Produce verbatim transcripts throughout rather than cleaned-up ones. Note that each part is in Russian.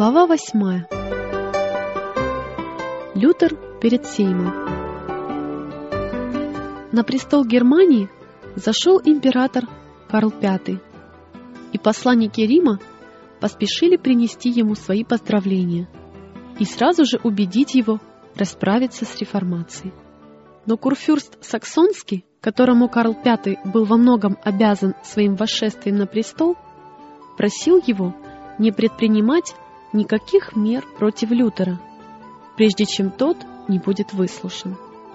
Глава восьмая. Лютер перед Сеймом. На престол Германии зашел император Карл Пятый, и посланники Рима поспешили принести ему свои поздравления и сразу же убедить его расправиться с реформацией. Но курфюрст Саксонский, которому Карл Пятый был во многом обязан своим восшествием на престол, просил его не предпринимать никаких мер против Лютера, прежде чем тот не будет выслушан.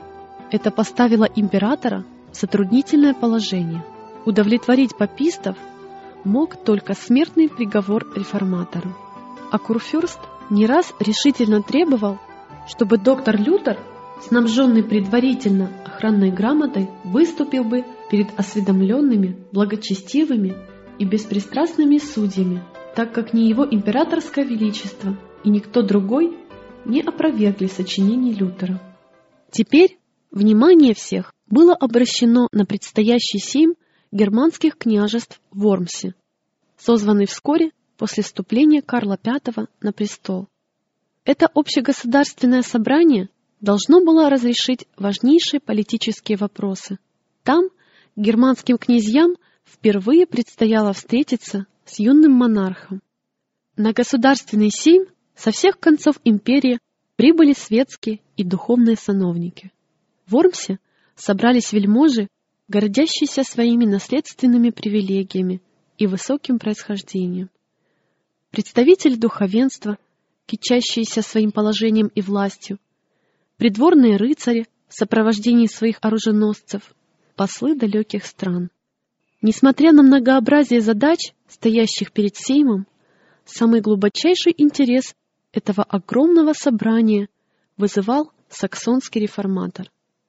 Это поставило императора в затруднительное положение. Удовлетворить папистов мог только смертный приговор реформатору. А курфюрст не раз решительно требовал, чтобы доктор Лютер, снабженный предварительно охранной грамотой, выступил бы перед осведомленными, благочестивыми и беспристрастными судьями, так как ни его императорское величество и никто другой не опровергли сочинений Лютера. Теперь внимание всех было обращено на предстоящий сейм германских княжеств в Вормсе, созванный вскоре после вступления Карла Пятого на престол. Это общегосударственное собрание должно было разрешить важнейшие политические вопросы. Там германским князьям впервые предстояло встретиться с юным монархом. На государственный сейм со всех концов империи прибыли светские и духовные сановники. В Вормсе собрались вельможи, гордящиеся своими наследственными привилегиями и высоким происхождением. Представители духовенства, кичащиеся своим положением и властью, придворные рыцари в сопровождении своих оруженосцев, послы далеких стран. Несмотря на многообразие задач, стоящих перед сеймом, самый глубочайший интерес этого огромного собрания вызывал саксонский реформатор.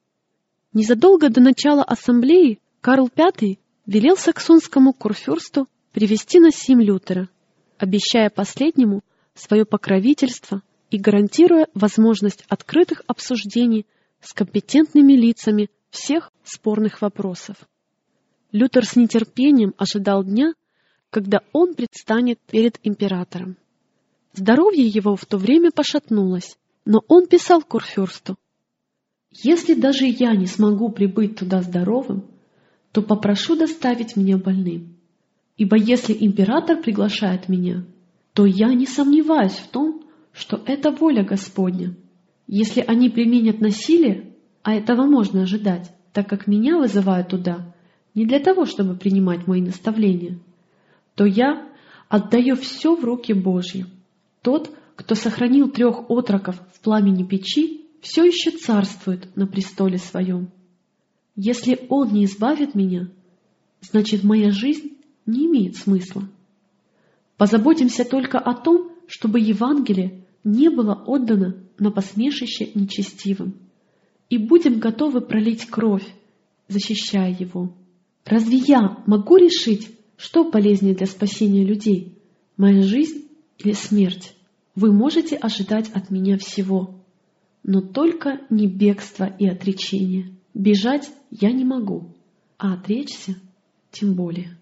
Незадолго до начала ассамблеи Карл Пятый велел саксонскому курфюрсту привести на сейм Лютера, обещая последнему свое покровительство и гарантируя возможность открытых обсуждений с компетентными лицами всех спорных вопросов. Лютер с нетерпением ожидал дня, когда он предстанет перед императором. Здоровье его в то время пошатнулось, но он писал курфюрсту: «Если даже я не смогу прибыть туда здоровым, то попрошу доставить меня больным. Ибо если император приглашает меня, то я не сомневаюсь в том, что это воля Господня. Если они применят насилие, а этого можно ожидать, так как меня вызывают туда не для того, чтобы принимать мои наставления, то я отдаю все в руки Божьи. Тот, кто сохранил трех отроков в пламени печи, все еще царствует на престоле своем. Если он не избавит меня, значит, моя жизнь не имеет смысла. Позаботимся только о том, чтобы Евангелие не было отдано на посмешище нечестивым, и будем готовы пролить кровь, защищая его. Разве я могу решить, что полезнее для спасения людей, моя жизнь или смерть? Вы можете ожидать от меня всего, но только не бегство и отречение. Бежать я не могу, а отречься тем более».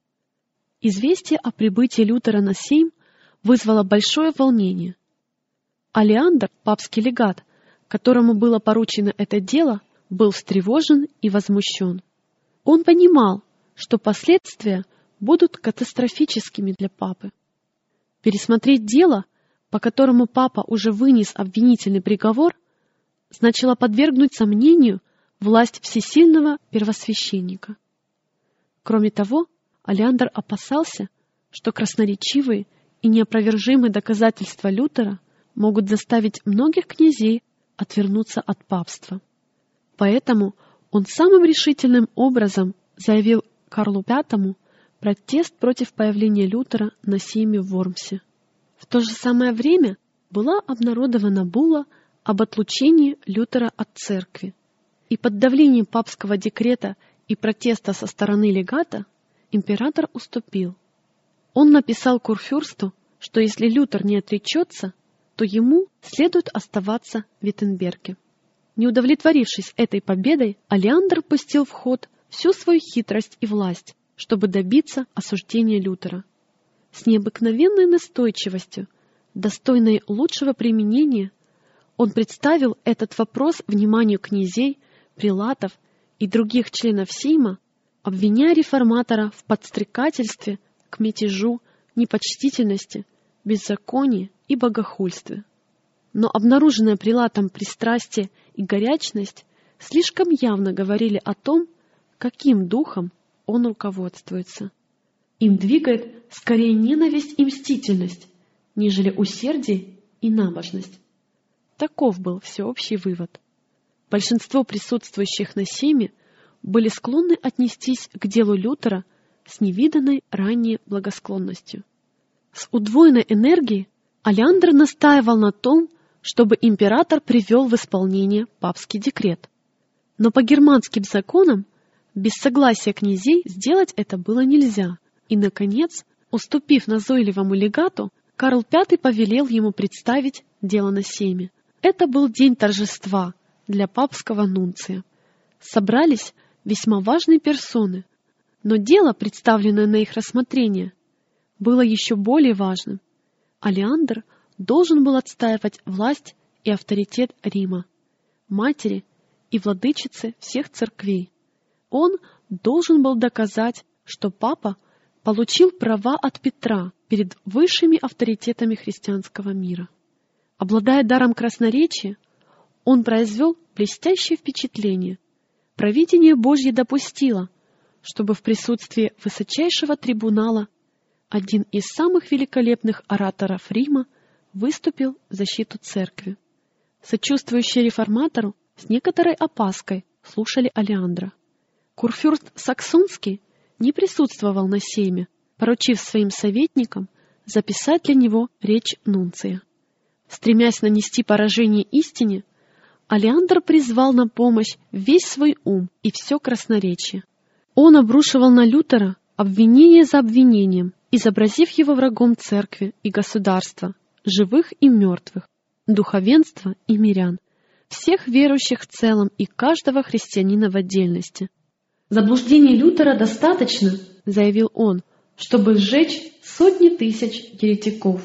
Известие о прибытии Лютера на сейм вызвало большое волнение. Алеандр, папский легат, которому было поручено это дело, был встревожен и возмущен. Он понимал, что последствия будут катастрофическими для папы. Пересмотреть дело, по которому папа уже вынес обвинительный приговор, значило подвергнуть сомнению власть всесильного первосвященника. Кроме того, Алеандр опасался, что красноречивые и неопровержимые доказательства Лютера могут заставить многих князей отвернуться от папства. Поэтому он самым решительным образом заявил Карлу Пятому протест против появления Лютера на сейме в Вормсе. В то же самое время была обнародована булла об отлучении Лютера от церкви, и под давлением папского декрета и протеста со стороны легата император уступил. Он написал курфюрсту, что если Лютер не отречется, то ему следует оставаться в Виттенберге. Не удовлетворившись этой победой, Алеандр пустил в ход всю свою хитрость и власть, чтобы добиться осуждения Лютера. С необыкновенной настойчивостью достойной лучшего применения, он представил этот вопрос вниманию князей, прелатов и других членов Сейма, обвиняя реформатора в подстрекательстве к мятежу, непочтительности, беззаконии и богохульстве. Но обнаруженное прелатом пристрастие и горячность слишком явно говорили о том, каким духом он руководствуется. Им двигает скорее ненависть и мстительность, нежели усердие и набожность. Таков был всеобщий вывод. Большинство присутствующих на Сейме были склонны отнестись к делу Лютера с невиданной ранее благосклонностью. С удвоенной энергией Алеандр настаивал на том, чтобы император привел в исполнение папский декрет. Но по германским законам без согласия князей сделать это было нельзя, и, наконец, уступив назойливому легату, Карл Пятый повелел ему представить дело на Сейме. Это был день торжества для папского нунция. Собрались весьма важные персоны, но дело, представленное на их рассмотрение, было еще более важным. Алеандр должен был отстаивать власть и авторитет Рима, матери и владычицы всех церквей. Он должен был доказать, что папа получил права от Петра перед высшими авторитетами христианского мира. Обладая даром красноречия, он произвел блестящее впечатление. Провидение Божье допустило, чтобы в присутствии высочайшего трибунала один из самых великолепных ораторов Рима выступил в защиту церкви. Сочувствующие реформатору с некоторой опаской слушали Алеандра. Курфюрст Саксонский не присутствовал на Сейме, поручив своим советникам записать для него речь нунция. Стремясь нанести поражение истине, Алеандр призвал на помощь весь свой ум и все красноречие. Он обрушивал на Лютера обвинение за обвинением, изобразив его врагом церкви и государства, живых и мертвых, духовенства и мирян, всех верующих в целом и каждого христианина в отдельности. «Заблуждений Лютера достаточно, — заявил он, — чтобы сжечь сотни тысяч еретиков».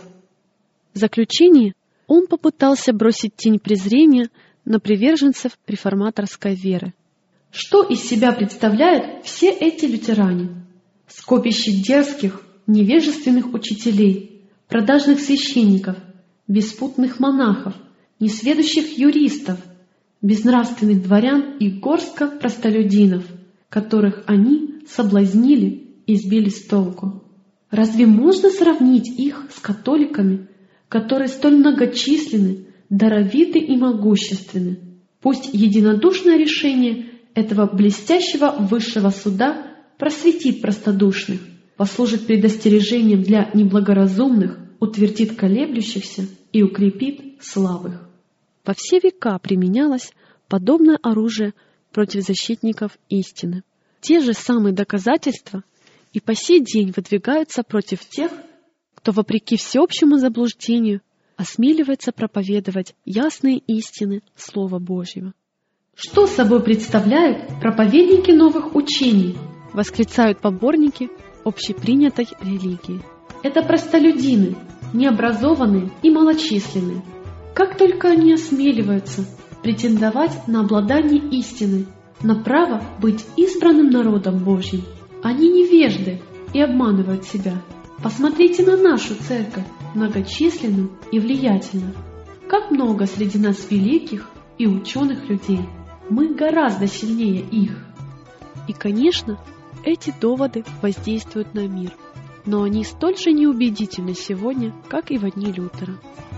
В заключение он попытался бросить тень презрения на приверженцев реформаторской веры. Что из себя представляют все эти лютеране? Скопище дерзких, невежественных учителей, продажных священников, беспутных монахов, несведущих юристов, безнравственных дворян и горстка простолюдинов, которых они соблазнили и сбили с толку. Разве можно сравнить их с католиками, которые столь многочисленны, даровиты и могущественны? Пусть единодушное решение этого блестящего высшего суда просветит простодушных, послужит предостережением для неблагоразумных, утвердит колеблющихся и укрепит слабых. Во все века применялось подобное оружие против защитников истины. Те же самые доказательства и по сей день выдвигаются против тех, кто, вопреки всеобщему заблуждению, осмеливается проповедовать ясные истины Слова Божьего. «Что собой представляют проповедники новых учений?» — восклицают поборники общепринятой религии. «Это простолюдины, необразованные и малочисленные. Как только они осмеливаются претендовать на обладание истиной, на право быть избранным народом Божьим, они невежды и обманывают себя. Посмотрите на нашу церковь, многочисленную и влиятельную. Как много среди нас великих и ученых людей. Мы гораздо сильнее их». И, конечно, эти доводы воздействуют на мир, но они столь же неубедительны сегодня, как и в дни Лютера.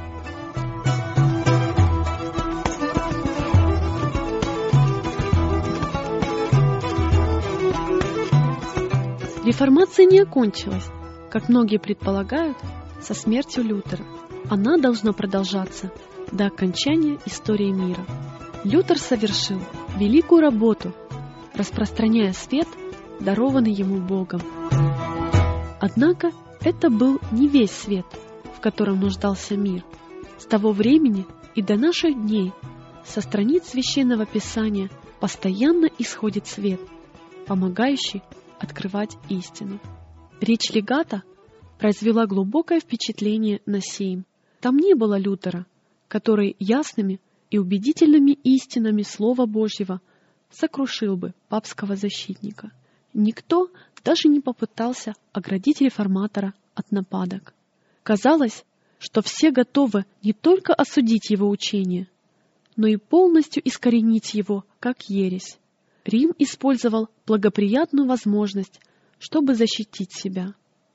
Реформация не окончилась, как многие предполагают, со смертью Лютера. Она должна продолжаться до окончания истории мира. Лютер совершил великую работу, распространяя свет, дарованный ему Богом. Однако это был не весь свет, в котором нуждался мир. С того времени и до наших дней со страниц Священного Писания постоянно исходит свет, помогающий открывать истину. Речь легата произвела глубокое впечатление на Сейм. Там не было Лютера, который ясными и убедительными истинами Слова Божьего сокрушил бы папского защитника. Никто даже не попытался оградить реформатора от нападок. Казалось, что все готовы не только осудить его учение, но и полностью искоренить его, как ересь. Рим использовал благоприятную возможность, чтобы защитить себя.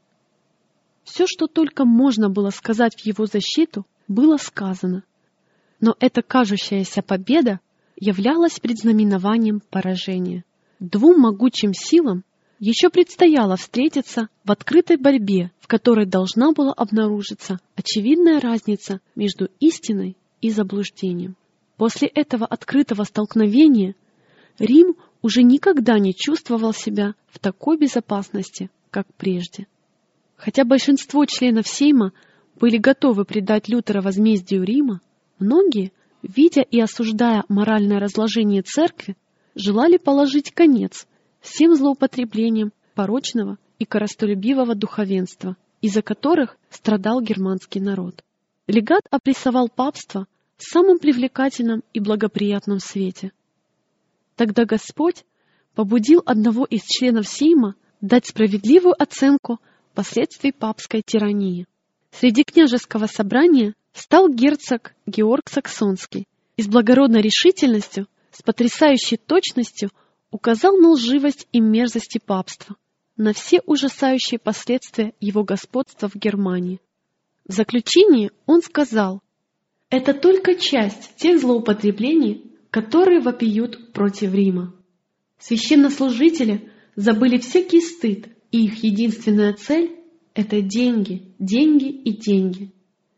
Все, что только можно было сказать в его защиту, было сказано. Но эта кажущаяся победа являлась предзнаменованием поражения. Двум могучим силам еще предстояло встретиться в открытой борьбе, в которой должна была обнаружиться очевидная разница между истиной и заблуждением. После этого открытого столкновения Рим уже никогда не чувствовал себя в такой безопасности, как прежде. Хотя большинство членов Сейма были готовы предать Лютера возмездию Рима, многие, видя и осуждая моральное разложение церкви, желали положить конец всем злоупотреблениям порочного и корыстолюбивого духовенства, из-за которых страдал германский народ. Легат обрисовал папство в самом привлекательном и благоприятном свете. Тогда Господь побудил одного из членов Сейма дать справедливую оценку последствий папской тирании. Среди княжеского собрания встал герцог Георг Саксонский и с благородной решительностью, с потрясающей точностью указал на лживость и мерзости папства, на все ужасающие последствия его господства в Германии. В заключении он сказал: «Это только часть тех злоупотреблений, которые вопиют против Рима. Священнослужители забыли всякий стыд, и их единственная цель — это деньги, деньги и деньги.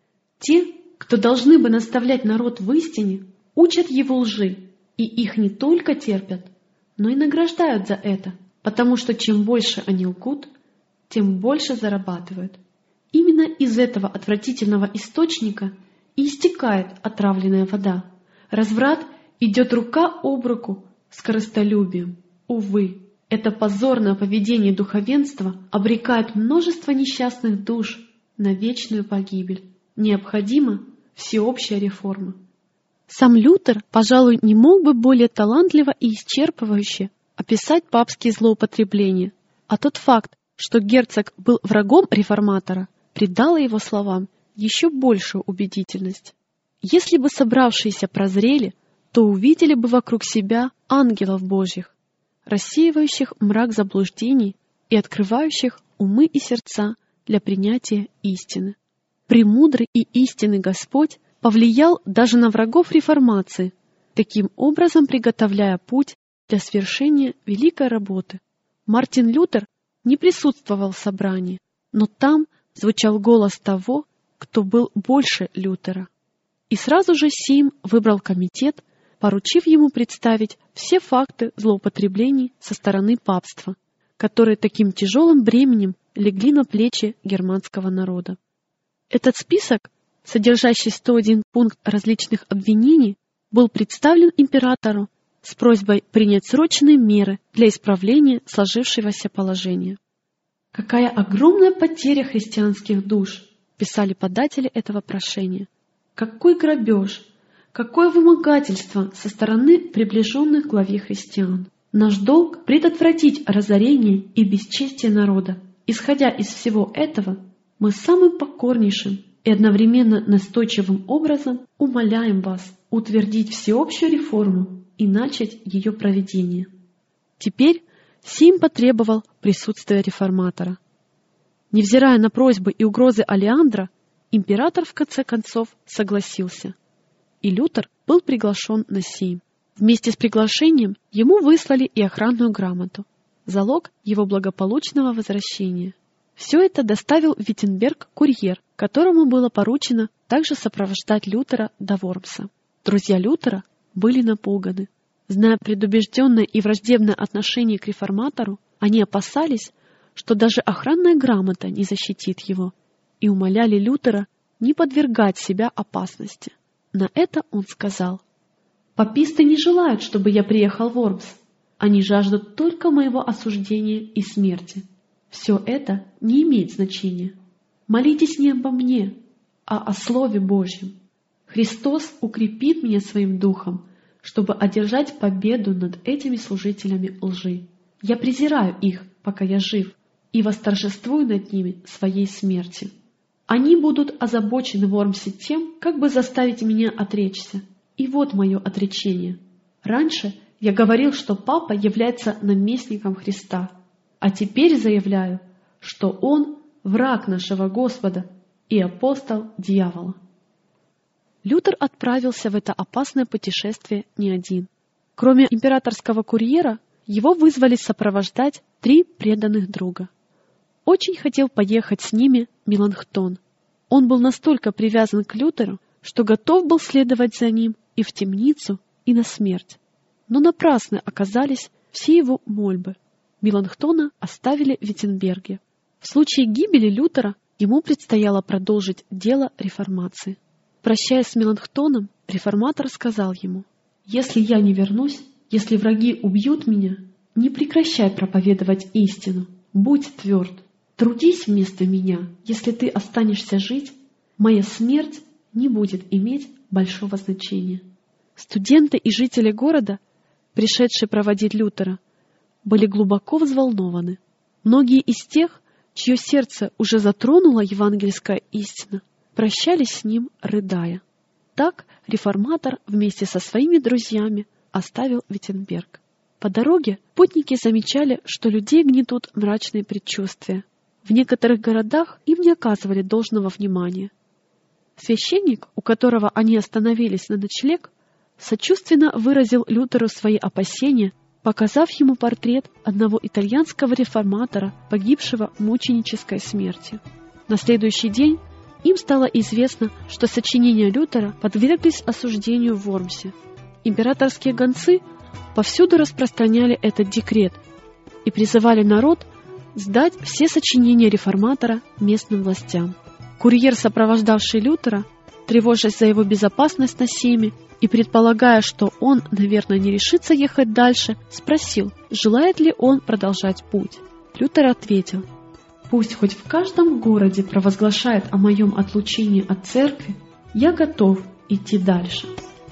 Те, кто должны бы наставлять народ в истине, учат его лжи, и их не только терпят, но и награждают за это, потому что чем больше они лгут, тем больше зарабатывают. Именно из этого отвратительного источника и истекает отравленная вода. Разврат идет рука об руку с корыстолюбием. Увы, это позорное поведение духовенства обрекает множество несчастных душ на вечную погибель. Необходима всеобщая реформа». Сам Лютер, пожалуй, не мог бы более талантливо и исчерпывающе описать папские злоупотребления, а тот факт, что герцог был врагом реформатора, придало его словам еще большую убедительность. Если бы собравшиеся прозрели, то увидели бы вокруг себя ангелов Божьих, рассеивающих мрак заблуждений и открывающих умы и сердца для принятия истины. Премудрый и истинный Господь повлиял даже на врагов реформации, таким образом приготовляя путь для свершения великой работы. Мартин Лютер не присутствовал в собрании, но там звучал голос того, кто был больше Лютера. И сразу же Сейм выбрал комитет, поручив ему представить все факты злоупотреблений со стороны папства, которые таким тяжелым бременем легли на плечи германского народа. Этот список, содержащий сто один пункт различных обвинений, был представлен императору с просьбой принять срочные меры для исправления сложившегося положения. «Какая огромная потеря христианских душ!» — писали податели этого прошения. «Какой грабеж! Какое вымогательство со стороны приближенных к главе христиан! Наш долг — предотвратить разорение и бесчестие народа. Исходя из всего этого, мы самым покорнейшим и одновременно настойчивым образом умоляем вас утвердить всеобщую реформу и начать ее проведение». Теперь Сейм потребовал присутствия реформатора. Невзирая на просьбы и угрозы Алеандра, император в конце концов согласился, и Лютер был приглашен на Сейм. Вместе с приглашением ему выслали и охранную грамоту, залог его благополучного возвращения. Все это доставил в Виттенберг курьер, которому было поручено также сопровождать Лютера до Вормса. Друзья Лютера были напуганы. Зная предубежденное и враждебное отношение к реформатору, они опасались, что даже охранная грамота не защитит его, и умоляли Лютера не подвергать себя опасности. На это он сказал: «Паписты не желают, чтобы я приехал в Вормс. Они жаждут только моего осуждения и смерти. Все это не имеет значения. Молитесь не обо мне, а о Слове Божьем. Христос укрепит меня своим духом, чтобы одержать победу над этими служителями лжи. Я презираю их, пока я жив, и восторжествую над ними своей смертью. Они будут озабочены в Вормсе тем, как бы заставить меня отречься. И вот мое отречение. Раньше я говорил, что Папа является наместником Христа, а теперь заявляю, что он враг нашего Господа и апостол дьявола. Лютер отправился в это опасное путешествие не один. Кроме императорского курьера, его вызвали сопровождать три преданных друга. Очень хотел поехать с ними Меланхтон. Он был настолько привязан к Лютеру, что готов был следовать за ним и в темницу, и на смерть. Но напрасны оказались все его мольбы. Меланхтона оставили в Виттенберге. В случае гибели Лютера ему предстояло продолжить дело реформации. Прощаясь с Меланхтоном, реформатор сказал ему: «Если я не вернусь, если враги убьют меня, не прекращай проповедовать истину, будь тверд. Трудись вместо меня, если ты останешься жить, моя смерть не будет иметь большого значения». Студенты и жители города, пришедшие проводить Лютера, были глубоко взволнованы. Многие из тех, чье сердце уже затронула евангельская истина, прощались с ним, рыдая. Так реформатор вместе со своими друзьями оставил Виттенберг. По дороге путники замечали, что людей гнетут мрачные предчувствия. В некоторых городах им не оказывали должного внимания. Священник, у которого они остановились на ночлег, сочувственно выразил Лютеру свои опасения, показав ему портрет одного итальянского реформатора, погибшего мученической смертью. На следующий день им стало известно, что сочинения Лютера подверглись осуждению в Вормсе. Императорские гонцы повсюду распространяли этот декрет и призывали народ сдать все сочинения реформатора местным властям. Курьер, сопровождавший Лютера, тревожась за его безопасность на Сейме и предполагая, что он, наверное, не решится ехать дальше, спросил, желает ли он продолжать путь. Лютер ответил: «Пусть хоть в каждом городе провозглашает о моем отлучении от церкви, я готов идти дальше».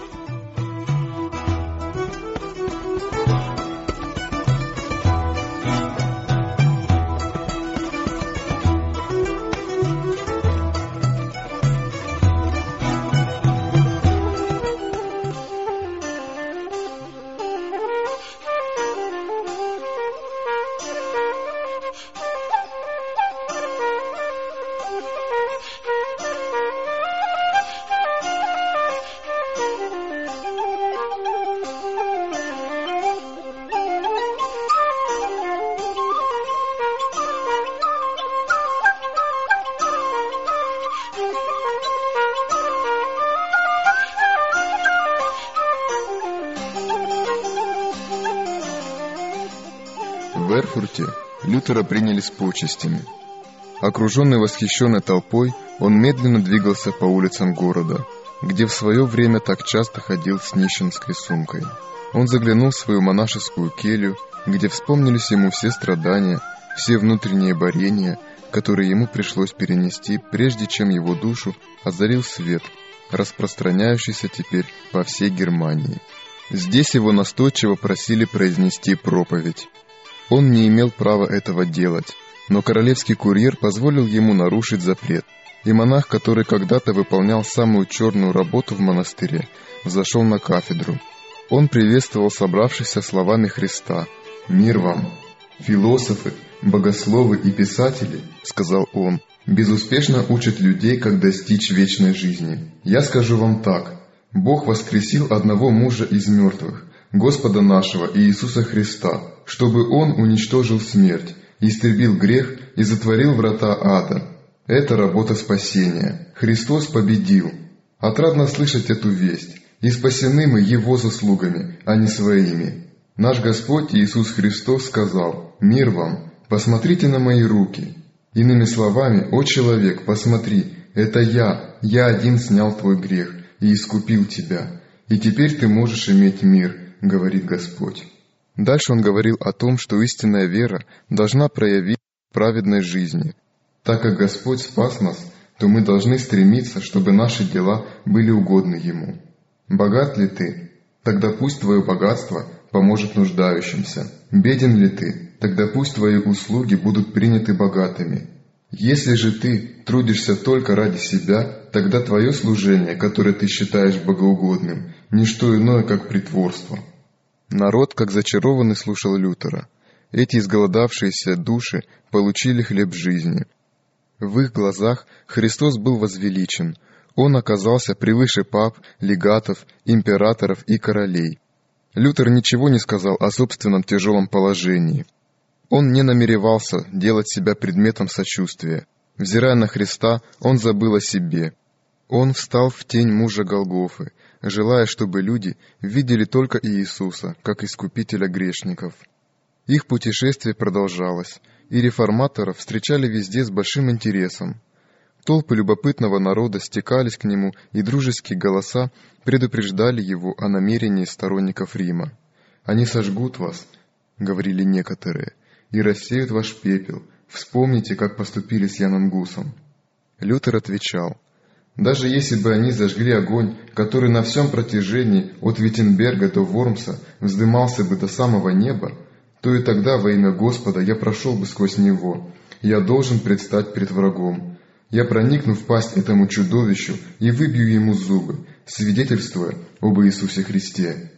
В Эрфурте Лютера приняли с почестями. Окруженный восхищенной толпой, он медленно двигался по улицам города, где в свое время так часто ходил с нищенской сумкой. Он заглянул в свою монашескую келью, где вспомнились ему все страдания, все внутренние борения, которые ему пришлось перенести, прежде чем его душу озарил свет, распространяющийся теперь по всей Германии. Здесь его настойчиво просили произнести проповедь. Он не имел права этого делать, но королевский курьер позволил ему нарушить запрет, и монах, который когда-то выполнял самую черную работу в монастыре, взошел на кафедру. Он приветствовал собравшихся словами Христа: «Мир вам! Философы, богословы и писатели, — сказал он, — безуспешно учат людей, как достичь вечной жизни. Я скажу вам так: Бог воскресил одного мужа из мертвых, Господа нашего Иисуса Христа, чтобы Он уничтожил смерть, истребил грех и затворил врата ада. Это работа спасения. Христос победил. Отрадно слышать эту весть, и спасены мы Его заслугами, а не своими. Наш Господь Иисус Христос сказал: «Мир вам! Посмотрите на мои руки». Иными словами: «О человек, посмотри, это я, я один снял твой грех и искупил тебя, и теперь ты можешь иметь мир», — говорит Господь. Дальше он говорил о том, что истинная вера должна проявиться в праведной жизни. Так как Господь спас нас, то мы должны стремиться, чтобы наши дела были угодны Ему. Богат ли ты? Тогда пусть твое богатство поможет нуждающимся. Беден ли ты? Тогда пусть твои услуги будут приняты богатыми. Если же ты трудишься только ради себя, тогда твое служение, которое ты считаешь богоугодным, не что иное, как притворство». Народ, как зачарованный, слушал Лютера. Эти изголодавшиеся души получили хлеб жизни. В их глазах Христос был возвеличен. Он оказался превыше пап, легатов, императоров и королей. Лютер ничего не сказал о собственном тяжелом положении. Он не намеревался делать себя предметом сочувствия. Взирая на Христа, он забыл о себе. Он встал в тень мужа Голгофы, желая, чтобы люди видели только Иисуса, как искупителя грешников. Их путешествие продолжалось, и реформаторов встречали везде с большим интересом. Толпы любопытного народа стекались к нему, и дружеские голоса предупреждали его о намерении сторонников Рима. «Они сожгут вас», — говорили некоторые, — «и рассеют ваш пепел. Вспомните, как поступили с Яном Гусом». Лютер отвечал: «Даже если бы они зажгли огонь, который на всем протяжении от Виттенберга до Вормса вздымался бы до самого неба, то и тогда во имя Господа я прошел бы сквозь него. Я должен предстать пред врагом. Я проникну в пасть этому чудовищу и выбью ему зубы, свидетельствуя об Иисусе Христе».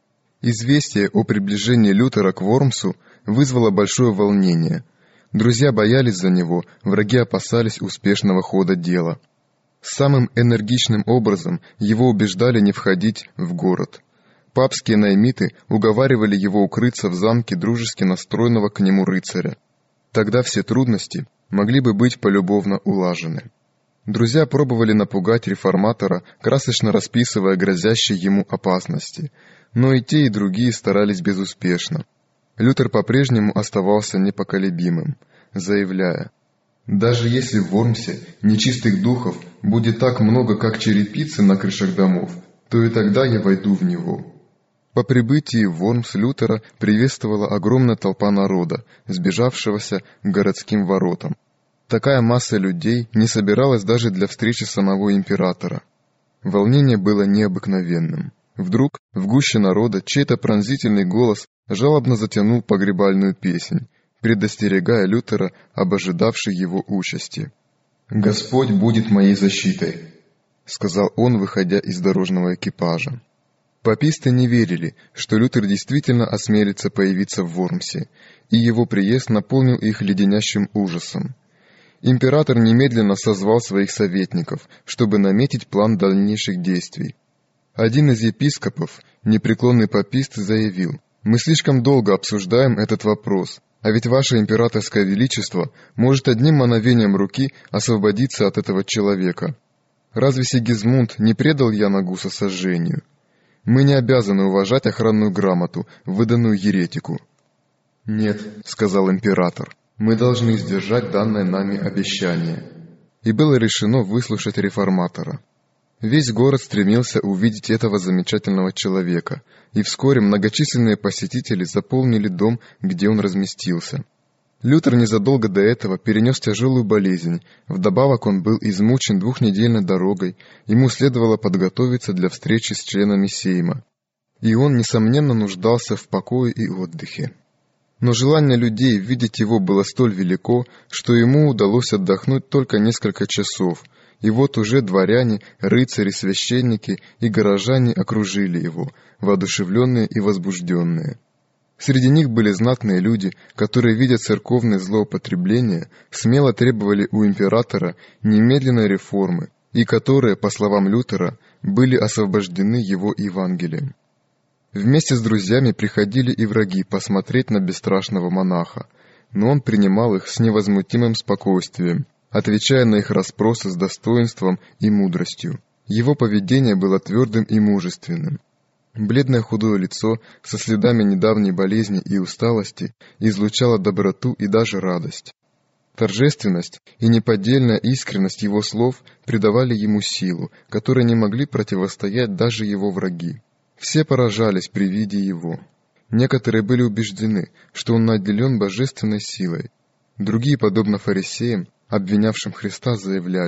Известие о приближении Лютера к Вормсу вызвало большое волнение. Друзья боялись за него, враги опасались успешного хода дела. Самым энергичным образом его убеждали не входить в город. Папские наймиты уговаривали его укрыться в замке дружески настроенного к нему рыцаря. Тогда все трудности могли бы быть полюбовно улажены. Друзья пробовали напугать реформатора, красочно расписывая грозящие ему опасности, но и те, и другие старались безуспешно. Лютер по-прежнему оставался непоколебимым, заявляя: «Даже если в Вормсе нечистых духов будет так много, как черепицы на крышах домов, то и тогда я войду в него». По прибытии в Вормс Лютера приветствовала огромная толпа народа, сбежавшегося к городским воротам. Такая масса людей не собиралась даже для встречи самого императора. Волнение было необыкновенным. Вдруг в гуще народа чей-то пронзительный голос жалобно затянул погребальную песнь, предостерегая Лютера об ожидавшей его участи. «Господь будет моей защитой», — сказал он, выходя из дорожного экипажа. Паписты не верили, что Лютер действительно осмелится появиться в Вормсе, и его приезд наполнил их леденящим ужасом. Император немедленно созвал своих советников, чтобы наметить план дальнейших действий. Один из епископов, непреклонный папист, заявил: «Мы слишком долго обсуждаем этот вопрос, а ведь ваше императорское величество может одним мановением руки освободиться от этого человека. Разве Сигизмунд не предал Яна Гуса сожжению? Мы не обязаны уважать охранную грамоту, выданную еретику». «Нет», — сказал император, — «мы должны сдержать данное нами обещание». И было решено выслушать реформатора. Весь город стремился увидеть этого замечательного человека, и вскоре многочисленные посетители заполнили дом, где он разместился. Лютер незадолго до этого перенес тяжелую болезнь, вдобавок он был измучен двухнедельной дорогой, ему следовало подготовиться для встречи с членами Сейма. И он, несомненно, нуждался в покое и отдыхе. Но желание людей видеть его было столь велико, что ему удалось отдохнуть только несколько часов, и вот уже дворяне, рыцари, священники и горожане окружили его, воодушевленные и возбужденные. Среди них были знатные люди, которые, видя церковные злоупотребления, смело требовали у императора немедленной реформы, и которые, по словам Лютера, были освобождены его Евангелием. Вместе с друзьями приходили и враги посмотреть на бесстрашного монаха, но он принимал их с невозмутимым спокойствием, отвечая на их расспросы с достоинством и мудростью. Его поведение было твердым и мужественным. Бледное худое лицо со следами недавней болезни и усталости излучало доброту и даже радость. Торжественность и неподдельная искренность его слов придавали ему силу, которой не могли противостоять даже его враги. Все поражались при виде его. Некоторые были убеждены, что он наделен божественной силой. Другие, подобно фарисеям, обвинявшим Христа, заявляли: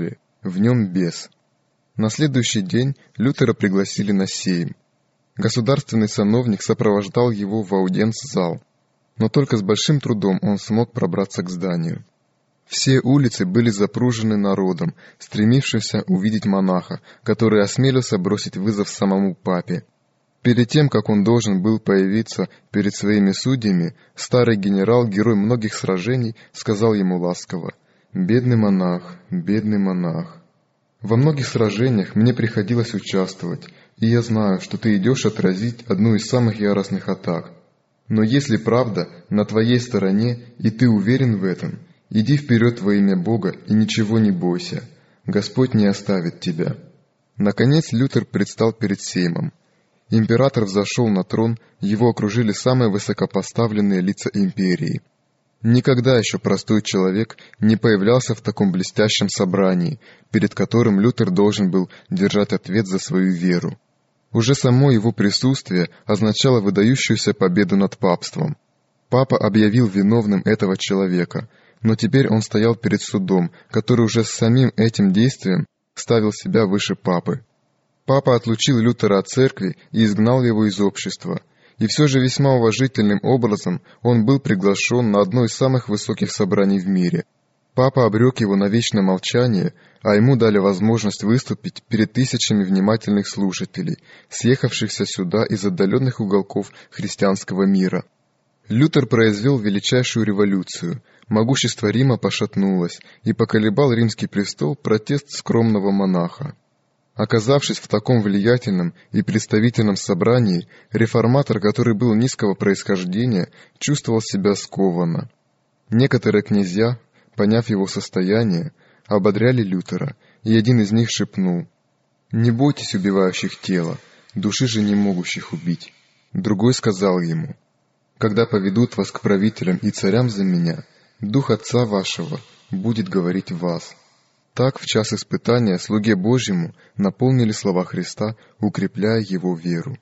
в нем бес. На следующий день Лютера пригласили на сейм. Государственный сановник сопровождал его в аудиенц-зал, но только с большим трудом он смог пробраться к зданию. Все улицы были запружены народом, стремившимся увидеть монаха, который осмелился бросить вызов самому папе. Перед тем, как он должен был появиться перед своими судьями, старый генерал, герой многих сражений, сказал ему ласково: «Бедный монах, бедный монах. Во многих сражениях мне приходилось участвовать, и я знаю, что ты идешь отразить одну из самых яростных атак. Но если правда на твоей стороне, и ты уверен в этом, иди вперед во имя Бога и ничего не бойся. Господь не оставит тебя». Наконец Лютер предстал перед сеймом. Император взошел на трон, его окружили самые высокопоставленные лица империи. Никогда еще простой человек не появлялся в таком блестящем собрании, перед которым Лютер должен был держать ответ за свою веру. Уже само его присутствие означало выдающуюся победу над папством. Папа объявил виновным этого человека, но теперь он стоял перед судом, который уже с самим этим действием ставил себя выше папы. Папа отлучил Лютера от церкви и изгнал его из общества, и все же весьма уважительным образом он был приглашен на одно из самых высоких собраний в мире. Папа обрек его на вечное молчание, а ему дали возможность выступить перед тысячами внимательных слушателей, съехавшихся сюда из отдаленных уголков христианского мира. Лютер произвел величайшую революцию. Могущество Рима пошатнулось, и поколебал римский престол протест скромного монаха. Оказавшись в таком влиятельном и представительном собрании, реформатор, который был низкого происхождения, чувствовал себя скованно. Некоторые князья, поняв его состояние, ободряли Лютера, и один из них шепнул: «Не бойтесь убивающих тело, души же не могущих убить». Другой сказал ему: «Когда поведут вас к правителям и царям за меня, дух Отца вашего будет говорить в вас». Так, в час испытания, слуге Божьему наполнили слова Христа, укрепляя его веру.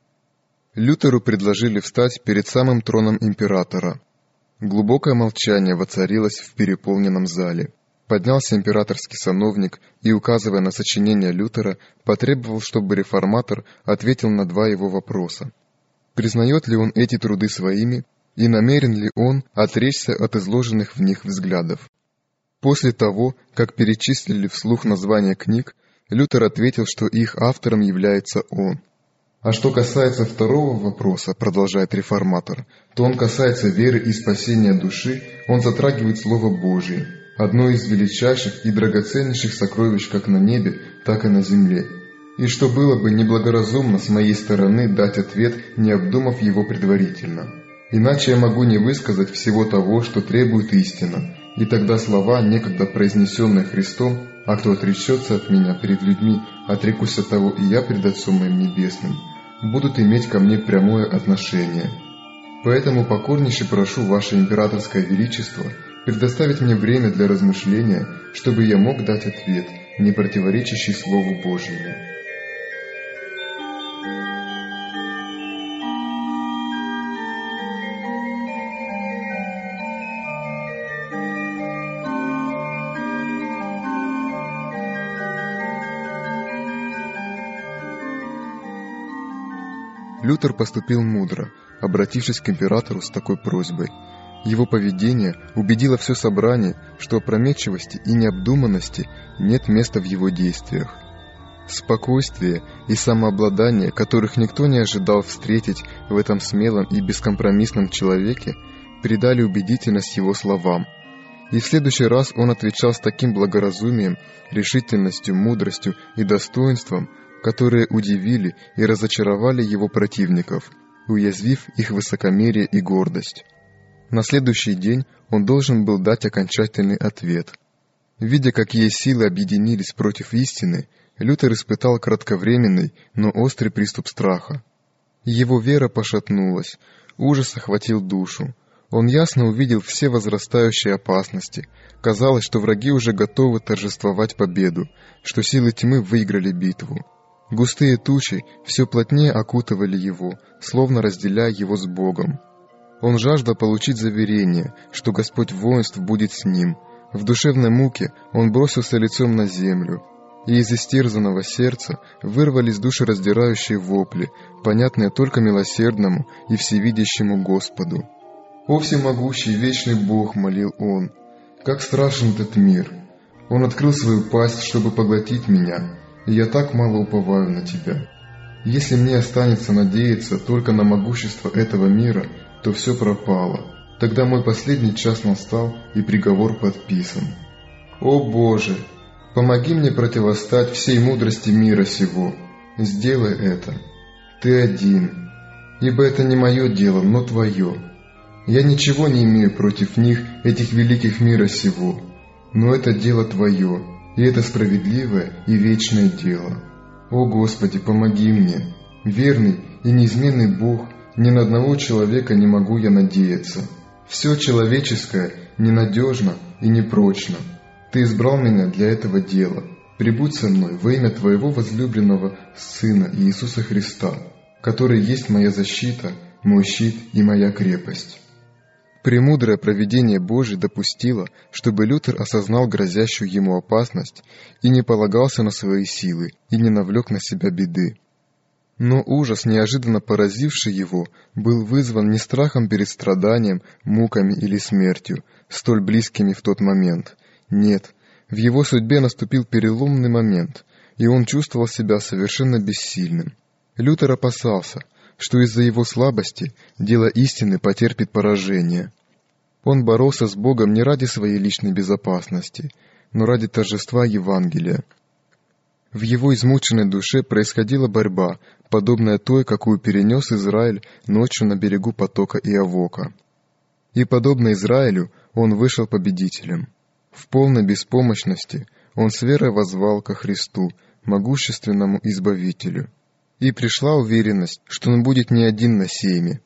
Лютеру предложили встать перед самым троном императора. Глубокое молчание воцарилось в переполненном зале. Поднялся императорский сановник и, указывая на сочинение Лютера, потребовал, чтобы реформатор ответил на два его вопроса. Признает ли он эти труды своими, и намерен ли он отречься от изложенных в них взглядов? После того, как перечислили вслух названия книг, Лютер ответил, что их автором является он. А что касается второго вопроса, продолжает реформатор, то он касается веры и спасения души, он затрагивает Слово Божие, одно из величайших и драгоценнейших сокровищ как на небе, так и на земле. И что было бы неблагоразумно с моей стороны дать ответ, не обдумав его предварительно. Иначе я могу не высказать всего того, что требует истина, и тогда слова, некогда произнесенные Христом: «А кто отречется от меня перед людьми, отрекусь от того и я пред Отцом моим Небесным», будут иметь ко мне прямое отношение. Поэтому покорнейше прошу Ваше Императорское Величество предоставить мне время для размышления, чтобы я мог дать ответ, не противоречащий Слову Божьему. Лютер поступил мудро, обратившись к императору с такой просьбой. Его поведение убедило все собрание, что опрометчивости и необдуманности нет места в его действиях. Спокойствие и самообладание, которых никто не ожидал встретить в этом смелом и бескомпромиссном человеке, придали убедительность его словам. И в следующий раз он отвечал с таким благоразумием, решительностью, мудростью и достоинством, которые удивили и разочаровали его противников, уязвив их высокомерие и гордость. На следующий день он должен был дать окончательный ответ. Видя, какие силы объединились против истины, Лютер испытал кратковременный, но острый приступ страха. Его вера пошатнулась, ужас охватил душу. Он ясно увидел все возрастающие опасности. Казалось, что враги уже готовы торжествовать победу, что силы тьмы выиграли битву. Густые тучи все плотнее окутывали его, словно разделяя его с Богом. Он жаждал получить заверение, что Господь воинств будет с ним, В душевной муке он бросился лицом на землю, и из истерзанного сердца вырвались душераздирающие вопли, понятные только милосердному и всевидящему Господу. «О всемогущий вечный Бог!» — молил он. «Как страшен этот мир! Он открыл свою пасть, чтобы поглотить меня, и я так мало уповаю на Тебя. Если мне останется надеяться только на могущество этого мира, то все пропало. Тогда мой последний час настал, и приговор подписан. О Боже, помоги мне противостать всей мудрости мира сего. Сделай это. Ты один, ибо это не мое дело, но Твое. Я ничего не имею против них, этих великих мира сего, но это дело Твое, и это справедливое и вечное дело. О Господи, помоги мне, верный и неизменный Бог, ни на одного человека не могу я надеяться. Все человеческое ненадежно и непрочно. Ты избрал меня для этого дела. Прибудь со мной во имя Твоего возлюбленного Сына Иисуса Христа, который есть моя защита, мой щит и моя крепость». Премудрое провидение Божие допустило, чтобы Лютер осознал грозящую ему опасность и не полагался на свои силы и не навлек на себя беды. Но ужас, неожиданно поразивший его, был вызван не страхом перед страданием, муками или смертью, столь близкими в тот момент. Нет, в его судьбе наступил переломный момент, и он чувствовал себя совершенно бессильным. Лютер опасался, что из-за его слабости дело истины потерпит поражение. Он боролся с Богом не ради своей личной безопасности, но ради торжества Евангелия. В его измученной душе происходила борьба, подобная той, какую перенес Израиль ночью на берегу потока Иавока. И, подобно Израилю, он вышел победителем. В полной беспомощности он с верой воззвал ко Христу, могущественному Избавителю. И пришла уверенность, что он будет не один на сейме.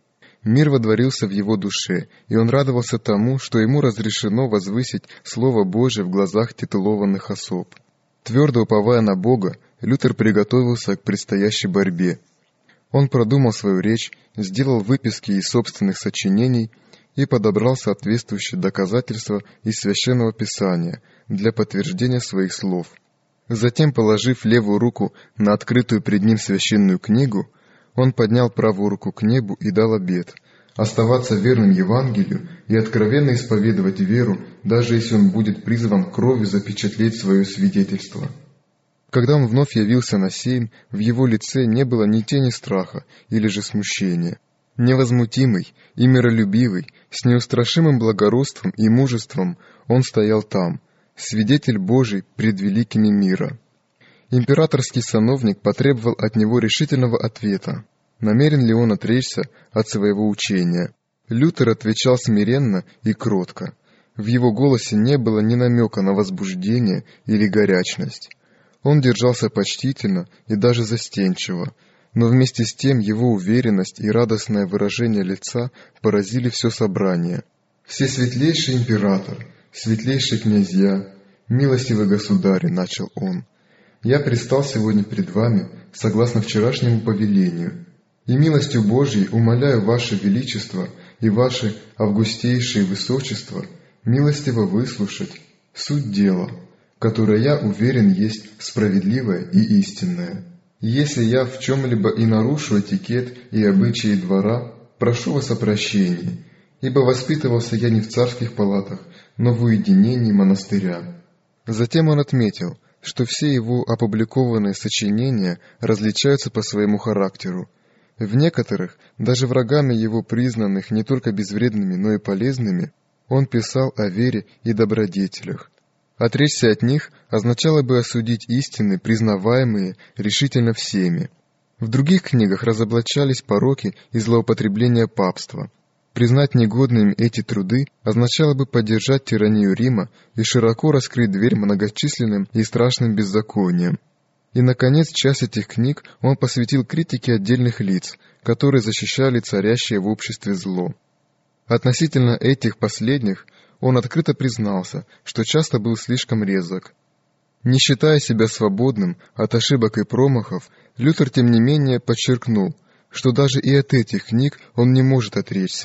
Мир водворился в его душе, и он радовался тому, что ему разрешено возвысить Слово Божие в глазах титулованных особ. Твердо уповая на Бога, Лютер приготовился к предстоящей борьбе. Он продумал свою речь, сделал выписки из собственных сочинений и подобрал соответствующие доказательства из Священного Писания для подтверждения своих слов. Затем, положив левую руку на открытую пред ним священную книгу, он поднял правую руку к небу и дал обет оставаться верным Евангелию и откровенно исповедовать веру, даже если он будет призван кровью запечатлеть свое свидетельство. Когда он вновь явился на сейм, в его лице не было ни тени страха или же смущения. Невозмутимый и миролюбивый, с неустрашимым благородством и мужеством он стоял там, свидетель Божий пред великими мира. Императорский сановник потребовал от него решительного ответа, намерен ли он отречься от своего учения. Лютер отвечал смиренно и кротко. В его голосе не было ни намека на возбуждение или горячность. Он держался почтительно и даже застенчиво, но вместе с тем его уверенность и радостное выражение лица поразили все собрание. «Всесветлейший император, светлейшие князья, милостивый государь», — начал он, — «я предстал сегодня пред вами согласно вчерашнему повелению, и милостью Божьей умоляю ваше величество и ваше августейшее высочество милостиво выслушать суть дела, которое, я уверен, есть справедливое и истинное. Если я в чем-либо и нарушу этикет и обычаи двора, прошу вас о прощении, ибо воспитывался я не в царских палатах, но в уединении монастыря». Затем он отметил, что все его опубликованные сочинения различаются по своему характеру. В некоторых, даже врагами его признанных не только безвредными, но и полезными, он писал о вере и добродетелях. Отречься от них означало бы осудить истины, признаваемые решительно всеми. В других книгах разоблачались пороки и злоупотребления папства. Признать негодными эти труды означало бы поддержать тиранию Рима и широко раскрыть дверь многочисленным и страшным беззакониям. И, наконец, часть этих книг он посвятил критике отдельных лиц, которые защищали царящее в обществе зло. Относительно этих последних он открыто признался, что часто был слишком резок. Не считая себя свободным от ошибок и промахов, Лютер, тем не менее, подчеркнул, что даже и от этих книг он не может отречься,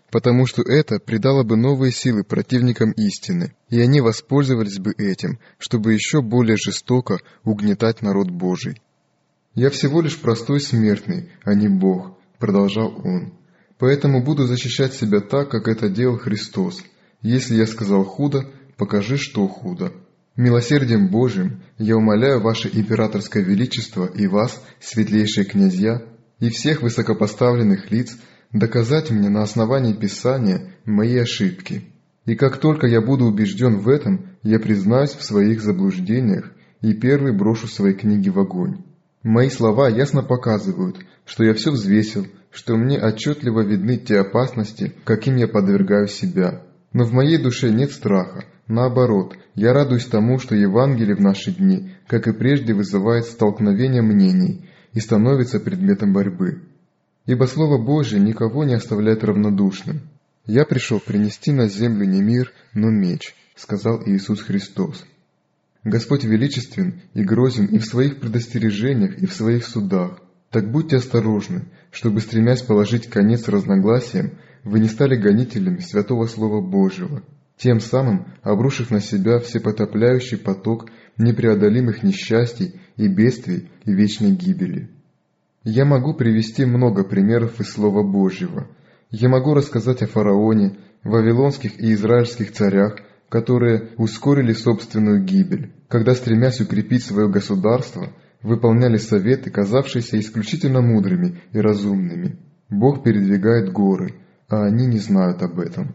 потому что это придало бы новые силы противникам истины, и они воспользовались бы этим, чтобы еще более жестоко угнетать народ Божий. «Я всего лишь простой смертный, а не Бог», — продолжал он. «Поэтому буду защищать себя так, как это делал Христос. Если я сказал худо, покажи, что худо. Милосердием Божиим я умоляю ваше императорское величество и вас, светлейшие князья, и всех высокопоставленных лиц, доказать мне на основании Писания мои ошибки. И как только я буду убежден в этом, я признаюсь в своих заблуждениях и первый брошу свои книги в огонь. Мои слова ясно показывают, что я все взвесил, что мне отчетливо видны те опасности, каким я подвергаю себя. Но в моей душе нет страха. Наоборот, я радуюсь тому, что Евангелие в наши дни, как и прежде, вызывает столкновение мнений и становится предметом борьбы. Ибо Слово Божие никого не оставляет равнодушным. «Я пришел принести на землю не мир, но меч», — сказал Иисус Христос. Господь величествен и грозен и в своих предостережениях, и в своих судах. Так будьте осторожны, чтобы, стремясь положить конец разногласиям, вы не стали гонителями святого Слова Божьего, тем самым обрушив на себя всепотопляющий поток непреодолимых несчастий и бедствий и вечной гибели. Я могу привести много примеров из Слова Божьего. Я могу рассказать о фараоне, вавилонских и израильских царях, которые ускорили собственную гибель, когда, стремясь укрепить свое государство, выполняли советы, казавшиеся исключительно мудрыми и разумными. Бог передвигает горы, а они не знают об этом.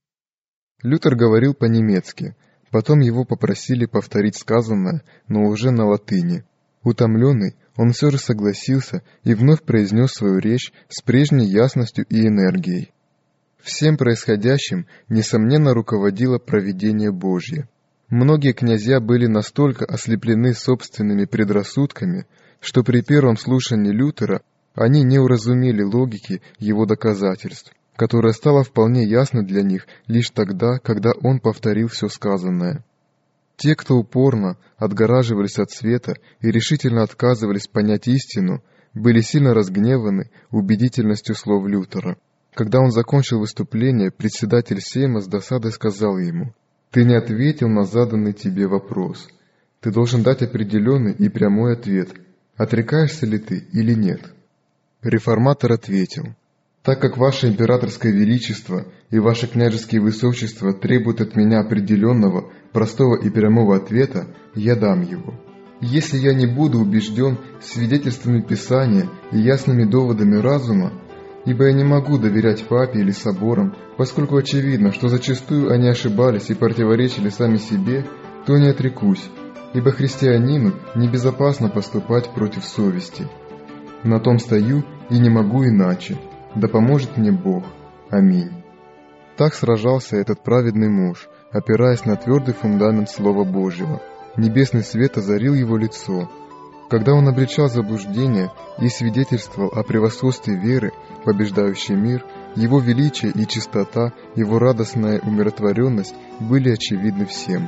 Лютер говорил по-немецки, потом его попросили повторить сказанное, но уже на латыни. Утомленный, он все же согласился и вновь произнес свою речь с прежней ясностью и энергией. Всем происходящим, несомненно, руководило провидение Божье. Многие князья были настолько ослеплены собственными предрассудками, что при первом слушании Лютера они не уразумели логики его доказательств, которая стала вполне ясна для них лишь тогда, когда он повторил все сказанное. Те, кто упорно отгораживались от света и решительно отказывались понять истину, были сильно разгневаны убедительностью слов Лютера. Когда он закончил выступление, председатель Сейма с досадой сказал ему: «Ты не ответил на заданный тебе вопрос. Ты должен дать определенный и прямой ответ, отрекаешься ли ты или нет». Реформатор ответил: «Так как ваше императорское величество и ваше княжеские высочества требуют от меня определенного, простого и прямого ответа, я дам его. Если я не буду убежден свидетельствами Писания и ясными доводами разума, ибо я не могу доверять папе или соборам, поскольку очевидно, что зачастую они ошибались и противоречили сами себе, то не отрекусь, ибо христианину небезопасно поступать против совести. На том стою и не могу иначе. Да поможет мне Бог. Аминь». Так сражался этот праведный муж, опираясь на твердый фундамент Слова Божьего. Небесный свет озарил его лицо. Когда он обличал заблуждение и свидетельствовал о превосходстве веры, побеждающей мир, его величие и чистота, его радостная умиротворенность были очевидны всем.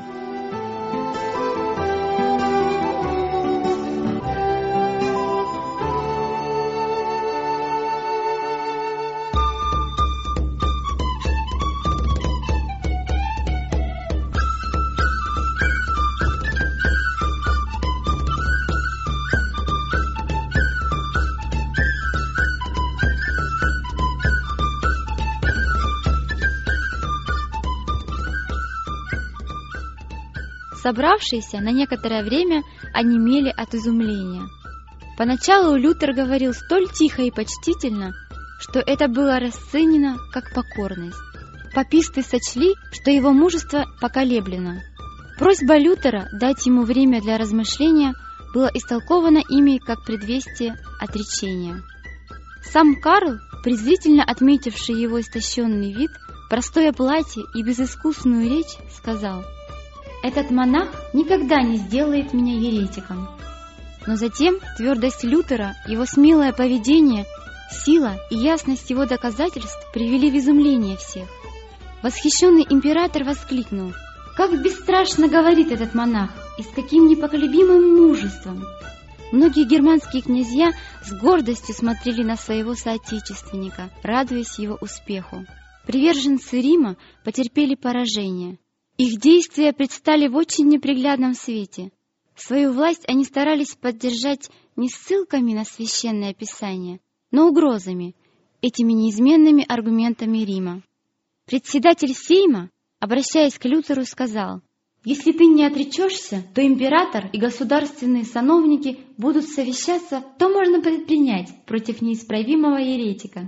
Собравшиеся на некоторое время онемели от изумления. Поначалу Лютер говорил столь тихо и почтительно, что это было расценено как покорность. Паписты сочли, что его мужество поколеблено. Просьба Лютера дать ему время для размышления была истолкована ими как предвестие отречения. Сам Карл, презрительно отметивший его истощенный вид, простое платье и безыскусную речь, сказал: «Этот монах никогда не сделает меня еретиком». Но затем твердость Лютера, его смелое поведение, сила и ясность его доказательств привели в изумление всех. Восхищенный император воскликнул: «Как бесстрашно говорит этот монах, и с каким непоколебимым мужеством!» Многие германские князья с гордостью смотрели на своего соотечественника, радуясь его успеху. Приверженцы Рима потерпели поражение. Их действия предстали в очень неприглядном свете. Свою власть они старались поддержать не ссылками на священное писание, но угрозами, этими неизменными аргументами Рима. Председатель Сейма, обращаясь к Лютеру, сказал: «Если ты не отречешься, то император и государственные сановники будут совещаться, что можно предпринять против неисправимого еретика».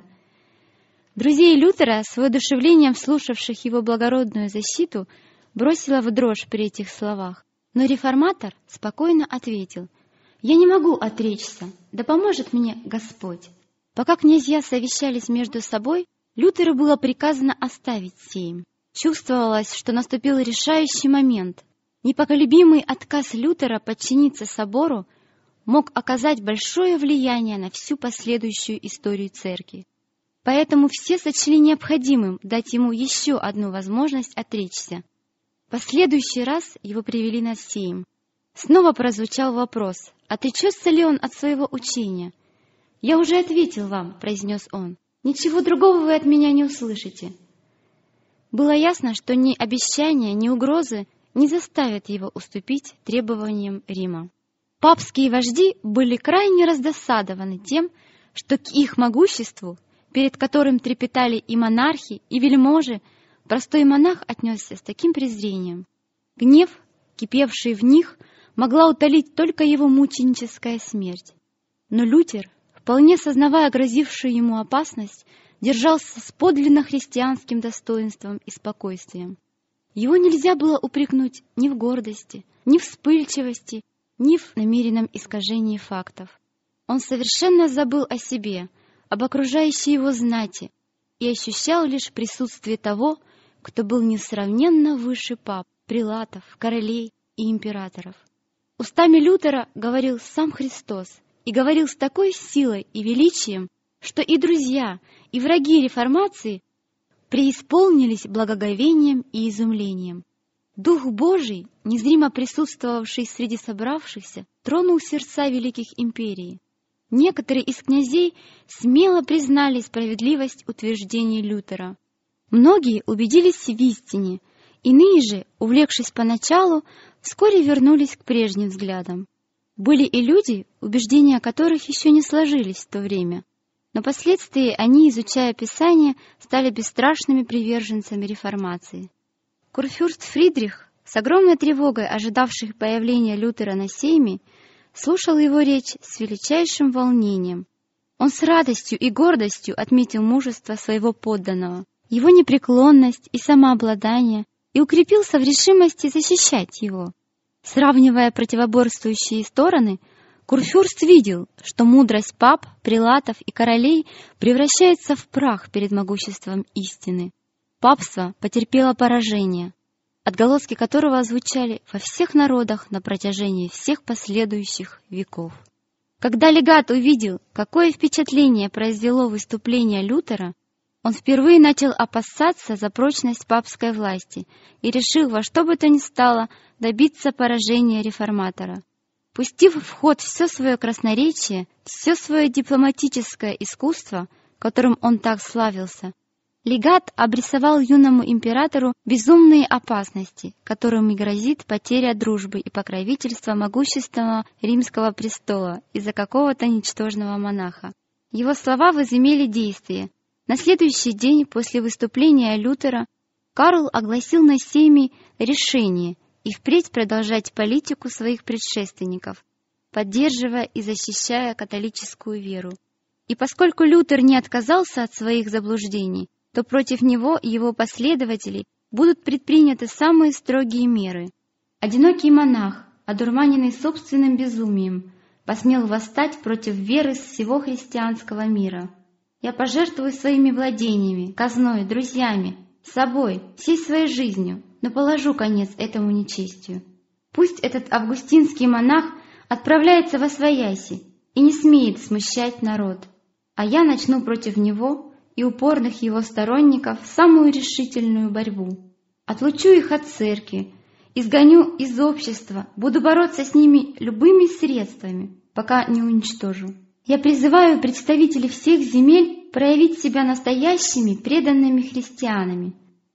Друзей Лютера, с воодушевлением слушавших его благородную защиту, бросила в дрожь при этих словах. Но реформатор спокойно ответил: «Я не могу отречься, да поможет мне Господь». Пока князья совещались между собой, Лютеру было приказано оставить Сейм. Чувствовалось, что наступил решающий момент. Непоколебимый отказ Лютера подчиниться собору мог оказать большое влияние на всю последующую историю церкви. Поэтому все сочли необходимым дать ему еще одну возможность отречься. В последующий раз его привели на Сейм. Снова прозвучал вопрос, отречется ли он от своего учения. «Я уже ответил вам», — произнес он. «Ничего другого вы от меня не услышите». Было ясно, что ни обещания, ни угрозы не заставят его уступить требованиям Рима. Папские вожди были крайне раздосадованы тем, что к их могуществу, перед которым трепетали и монархи, и вельможи, простой монах отнесся с таким презрением. Гнев, кипевший в них, могла утолить только его мученическая смерть. Но Лютер, вполне сознавая грозившую ему опасность, держался с подлинно христианским достоинством и спокойствием. Его нельзя было упрекнуть ни в гордости, ни в вспыльчивости, ни в намеренном искажении фактов. Он совершенно забыл о себе, об окружающей его знати, и ощущал лишь присутствие того, кто был несравненно выше пап, прилатов, королей и императоров. Устами Лютера говорил сам Христос, и говорил с такой силой и величием, что и друзья, и враги реформации преисполнились благоговением и изумлением. Дух Божий, незримо присутствовавший среди собравшихся, тронул сердца великих империй. Некоторые из князей смело признали справедливость утверждений Лютера. Многие убедились в истине, иные же, увлекшись поначалу, вскоре вернулись к прежним взглядам. Были и люди, убеждения которых еще не сложились в то время, но впоследствии они, изучая Писание, стали бесстрашными приверженцами реформации. Курфюрст Фридрих, с огромной тревогой ожидавший появления Лютера на Сейме, слушал его речь с величайшим волнением. Он с радостью и гордостью отметил мужество своего подданного, его непреклонность и самообладание, и укрепился в решимости защищать его. Сравнивая противоборствующие стороны, Курфюрст видел, что мудрость пап, прилатов и королей превращается в прах перед могуществом истины. Папство потерпело поражение, отголоски которого звучали во всех народах на протяжении всех последующих веков. Когда легат увидел, какое впечатление произвело выступление Лютера, он впервые начал опасаться за прочность папской власти и решил во что бы то ни стало добиться поражения реформатора. Пустив в ход все свое красноречие, все свое дипломатическое искусство, которым он так славился, легат обрисовал юному императору безумные опасности, которыми грозит потеря дружбы и покровительства могущественного римского престола из-за какого-то ничтожного монаха. Его слова возымели действие. На следующий день после выступления Лютера Карл огласил на Сейме решение и впредь продолжать политику своих предшественников, поддерживая и защищая католическую веру. И поскольку Лютер не отказался от своих заблуждений, то против него и его последователей будут предприняты самые строгие меры. Одинокий монах, одурманенный собственным безумием, посмел восстать против веры всего христианского мира. Я пожертвую своими владениями, казной, друзьями, собой, всей своей жизнью, но положу конец этому нечестию. Пусть этот августинский монах отправляется восвояси и не смеет смущать народ, а я начну против него и упорных его сторонников самую решительную борьбу. Отлучу их от церкви, изгоню из общества, буду бороться с ними любыми средствами, пока не уничтожу. Я призываю представителей всех земель проявить себя настоящими преданными христианами.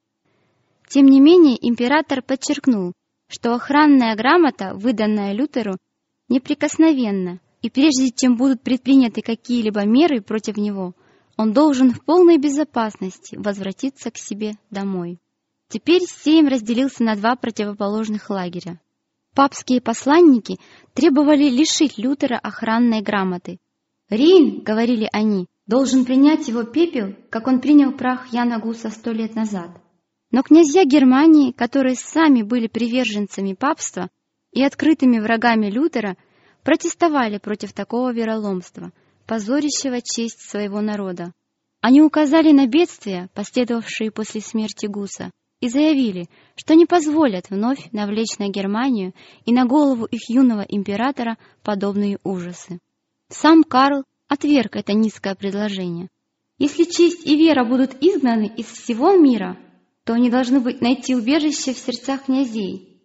Тем не менее, император подчеркнул, что охранная грамота, выданная Лютеру, неприкосновенна, и прежде чем будут предприняты какие-либо меры против него, он должен в полной безопасности возвратиться к себе домой. Теперь Сейм разделился на два противоположных лагеря. Папские посланники требовали лишить Лютера охранной грамоты. «Рейн, — говорили они, — должен принять его пепел, как он принял прах Яна Гуса сто лет назад». Но князья Германии, которые сами были приверженцами папства и открытыми врагами Лютера, протестовали против такого вероломства, позорящего честь своего народа. Они указали на бедствия, последовавшие после смерти Гуса, и заявили, что не позволят вновь навлечь на Германию и на голову их юного императора подобные ужасы. Сам Карл отверг это низкое предложение. Если честь и вера будут изгнаны из всего мира, то они должны быть найти убежище в сердцах князей.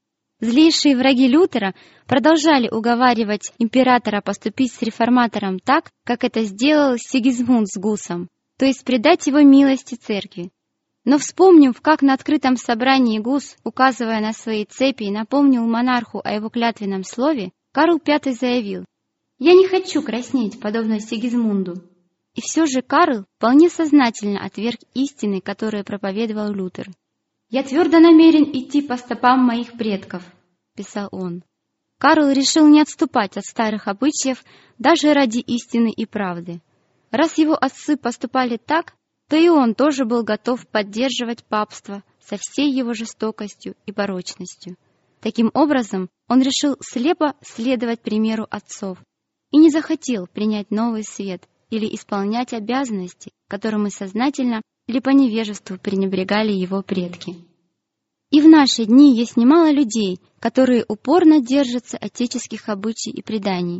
Злейшие враги Лютера продолжали уговаривать императора поступить с реформатором так, как это сделал Сигизмунд с Гусом, то есть предать его милости церкви. Но вспомнив, как на открытом собрании Гус, указывая на свои цепи, напомнил монарху о его клятвенном слове, Карл Пятый заявил: «Я не хочу краснеть, подобно Сигизмунду». И все же Карл вполне сознательно отверг истины, которые проповедовал Лютер. «Я твердо намерен идти по стопам моих предков», — писал он. Карл решил не отступать от старых обычаев даже ради истины и правды. Раз его отцы поступали так, то и он тоже был готов поддерживать папство со всей его жестокостью и порочностью. Таким образом, он решил слепо следовать примеру отцов и не захотел принять новый свет или исполнять обязанности, которыми сознательно или по невежеству пренебрегали его предки. И в наши дни есть немало людей, которые упорно держатся отеческих обычаев и преданий.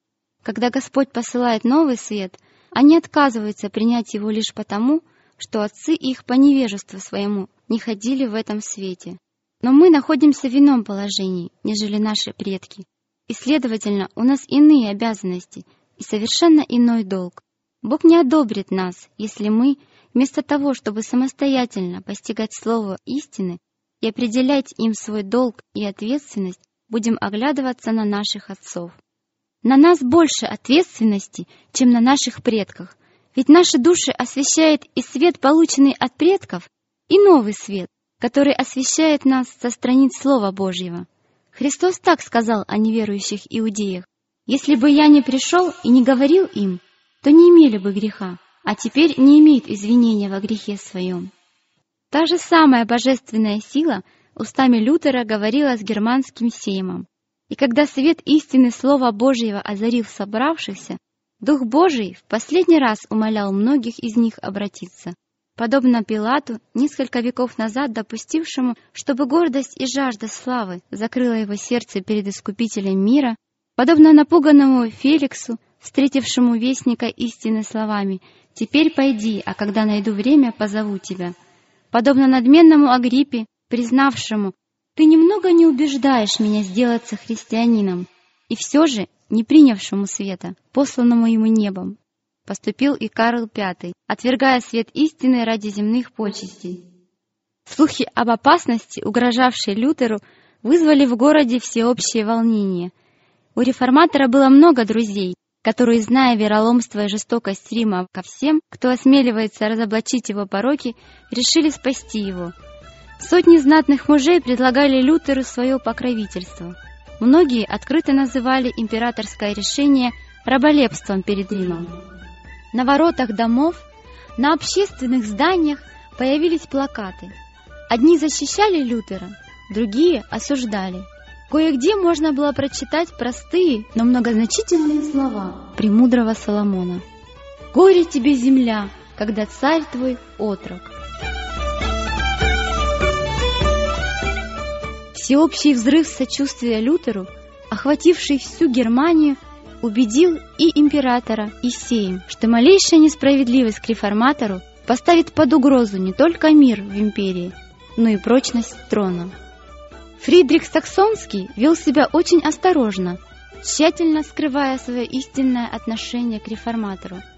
Когда Господь посылает новый свет, они отказываются принять его лишь потому, что отцы их по невежеству своему не ходили в этом свете. Но мы находимся в ином положении, нежели наши предки, и, следовательно, у нас иные обязанности и совершенно иной долг. Бог не одобрит нас, если мы, вместо того, чтобы самостоятельно постигать слово истины и определять им свой долг и ответственность, будем оглядываться на наших отцов. На нас больше ответственности, чем на наших предках, ведь наши души освещает и свет, полученный от предков, и новый свет, который освещает нас со страниц Слова Божьего. Христос так сказал о неверующих иудеях: «Если бы я не пришел и не говорил им, то не имели бы греха, а теперь не имеют извинения во грехе своем». Та же самая божественная сила устами Лютера говорила с германским сеймом. И когда свет истины Слова Божьего озарил собравшихся, Дух Божий в последний раз умолял многих из них обратиться, подобно Пилату, несколько веков назад допустившему, чтобы гордость и жажда славы закрыла его сердце перед Искупителем мира, подобно напуганному Феликсу, встретившему вестника истины словами: «Теперь пойди, а когда найду время, позову тебя», подобно надменному Агриппе, признавшему: «Ты немного не убеждаешь меня сделаться христианином», и все же не принявшему света, посланному ему небом, поступил и Карл Пятый, отвергая свет истины ради земных почестей. Слухи об опасности, угрожавшей Лютеру, вызвали в городе всеобщее волнение. У реформатора было много друзей, которые, зная вероломство и жестокость Рима ко всем, кто осмеливается разоблачить его пороки, решили спасти его. Сотни знатных мужей предлагали Лютеру свое покровительство. Многие открыто называли императорское решение раболепством перед Римом. На воротах домов, на общественных зданиях появились плакаты. Одни защищали Лютера, другие осуждали. Кое-где можно было прочитать простые, но многозначительные слова премудрого Соломона: «Горе тебе, земля, когда царь твой отрок». Всеобщий взрыв сочувствия Лютеру, охвативший всю Германию, убедил и императора, и сейм, что малейшая несправедливость к реформатору поставит под угрозу не только мир в империи, но и прочность трона. Фридрих Саксонский вел себя очень осторожно, тщательно скрывая свое истинное отношение к реформатору.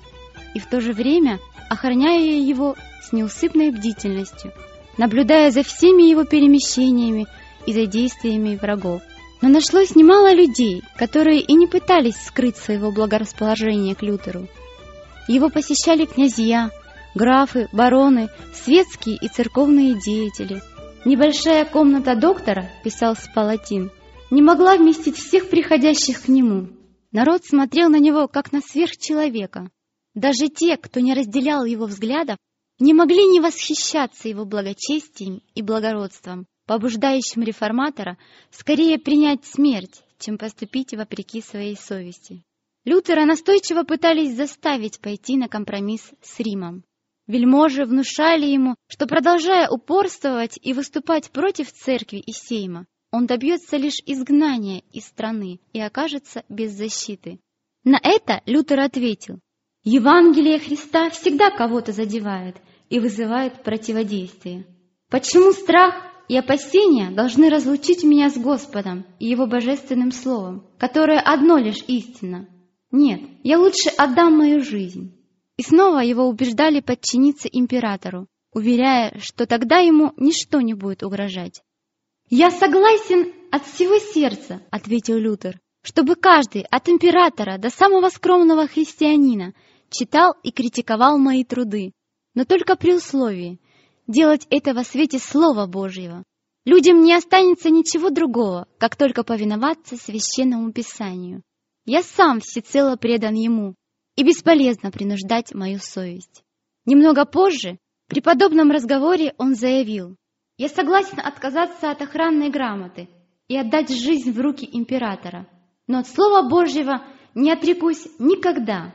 и в то же время охраняя его с неусыпной бдительностью, наблюдая за всеми его перемещениями и за действиями врагов. Но нашлось немало людей, которые и не пытались скрыть своего благорасположения к Лютеру. Его посещали князья, графы, бароны, светские и церковные деятели. Небольшая комната доктора, писал Спалатин, не могла вместить всех приходящих к нему. Народ смотрел на него как на сверхчеловека. Даже те, кто не разделял его взглядов, не могли не восхищаться его благочестием и благородством, побуждающим реформатора скорее принять смерть, чем поступить вопреки своей совести. Лютера настойчиво пытались заставить пойти на компромисс с Римом. Вельможи внушали ему, что, продолжая упорствовать и выступать против церкви и сейма, он добьется лишь изгнания из страны и окажется без защиты. На это Лютер ответил: «Евангелие Христа всегда кого-то задевает и вызывает противодействие. Почему страх и опасения должны разлучить меня с Господом и Его божественным Словом, которое одно лишь истина? Нет, я лучше отдам мою жизнь». И снова его убеждали подчиниться императору, уверяя, что тогда ему ничто не будет угрожать. «Я согласен от всего сердца», — ответил Лютер, «чтобы каждый, от императора до самого скромного христианина, читал и критиковал мои труды, но только при условии делать это во свете Слова Божьего. Людям не останется ничего другого, как только повиноваться Священному Писанию. Я сам всецело предан ему, и бесполезно принуждать мою совесть». Немного позже, при подобном разговоре, он заявил: «Я согласен отказаться от охранной грамоты и отдать жизнь в руки императора, но от Слова Божьего не отрекусь никогда».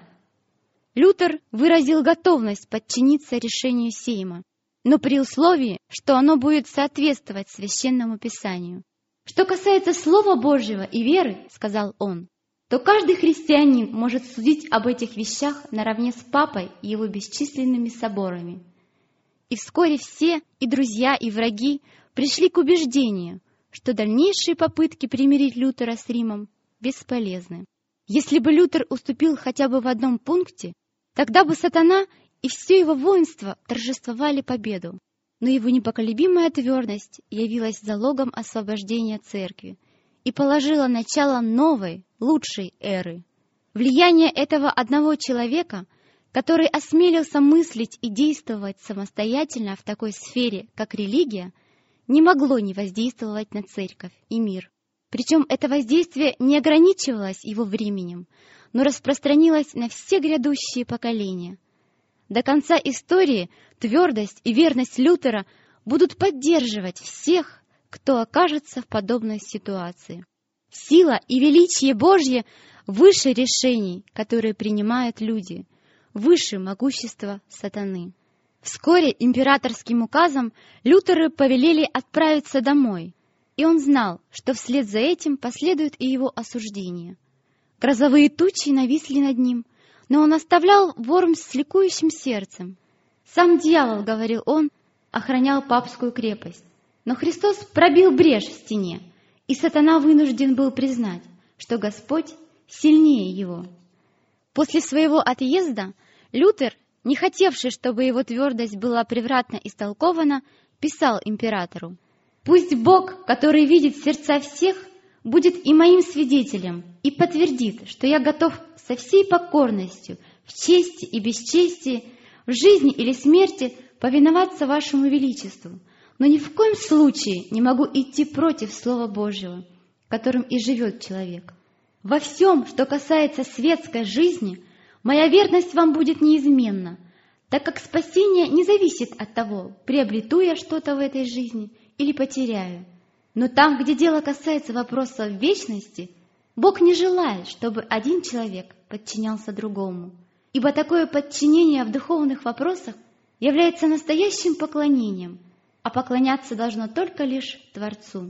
Лютер выразил готовность подчиниться решению сейма, но при условии, что оно будет соответствовать Священному Писанию. «Что касается Слова Божьего и веры, — сказал он, — то каждый христианин может судить об этих вещах наравне с папой и его бесчисленными соборами». И вскоре все, и друзья, и враги, пришли к убеждению, что дальнейшие попытки примирить Лютера с Римом бесполезны. Если бы Лютер уступил хотя бы в одном пункте, тогда бы сатана и все его воинство торжествовали победу. Но его непоколебимая твердость явилась залогом освобождения церкви и положила начало новой, лучшей эры. Влияние этого одного человека, который осмелился мыслить и действовать самостоятельно в такой сфере, как религия, не могло не воздействовать на церковь и мир. Причем это воздействие не ограничивалось его временем, но распространилось на все грядущие поколения. До конца истории твердость и верность Лютера будут поддерживать всех, кто окажется в подобной ситуации. Сила и величие Божье выше решений, которые принимают люди, выше могущества сатаны. Вскоре императорским указом Лютеру повелели отправиться домой, и он знал, что вслед за этим последует и его осуждение. Грозовые тучи нависли над ним, но он оставлял Вормс с ликующим сердцем. «Сам дьявол, — говорил он, — охранял папскую крепость, но Христос пробил брешь в стене, и сатана вынужден был признать, что Господь сильнее его». После своего отъезда Лютер, не хотевший, чтобы его твердость была превратно истолкована, писал императору: «Пусть Бог, который видит сердца всех, будет и моим свидетелем и подтвердит, что я готов со всей покорностью, в чести и бесчестии, в жизни или смерти повиноваться вашему величеству, но ни в коем случае не могу идти против Слова Божьего, которым и живет человек. Во всем, что касается светской жизни, моя верность вам будет неизменна, так как спасение не зависит от того, приобрету я что-то в этой жизни или потеряю. Но там, где дело касается вопросов вечности, Бог не желает, чтобы один человек подчинялся другому, ибо такое подчинение в духовных вопросах является настоящим поклонением, а поклоняться должно только лишь Творцу».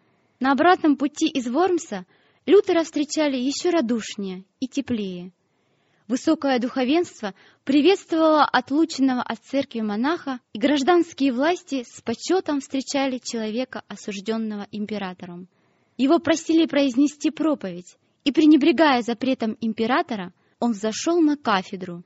На обратном пути из Вормса Лютера встречали еще радушнее и теплее. Высокое духовенство приветствовало отлученного от церкви монаха, и гражданские власти с почетом встречали человека, осужденного императором. Его просили произнести проповедь, и, пренебрегая запретом императора, он взошел на кафедру.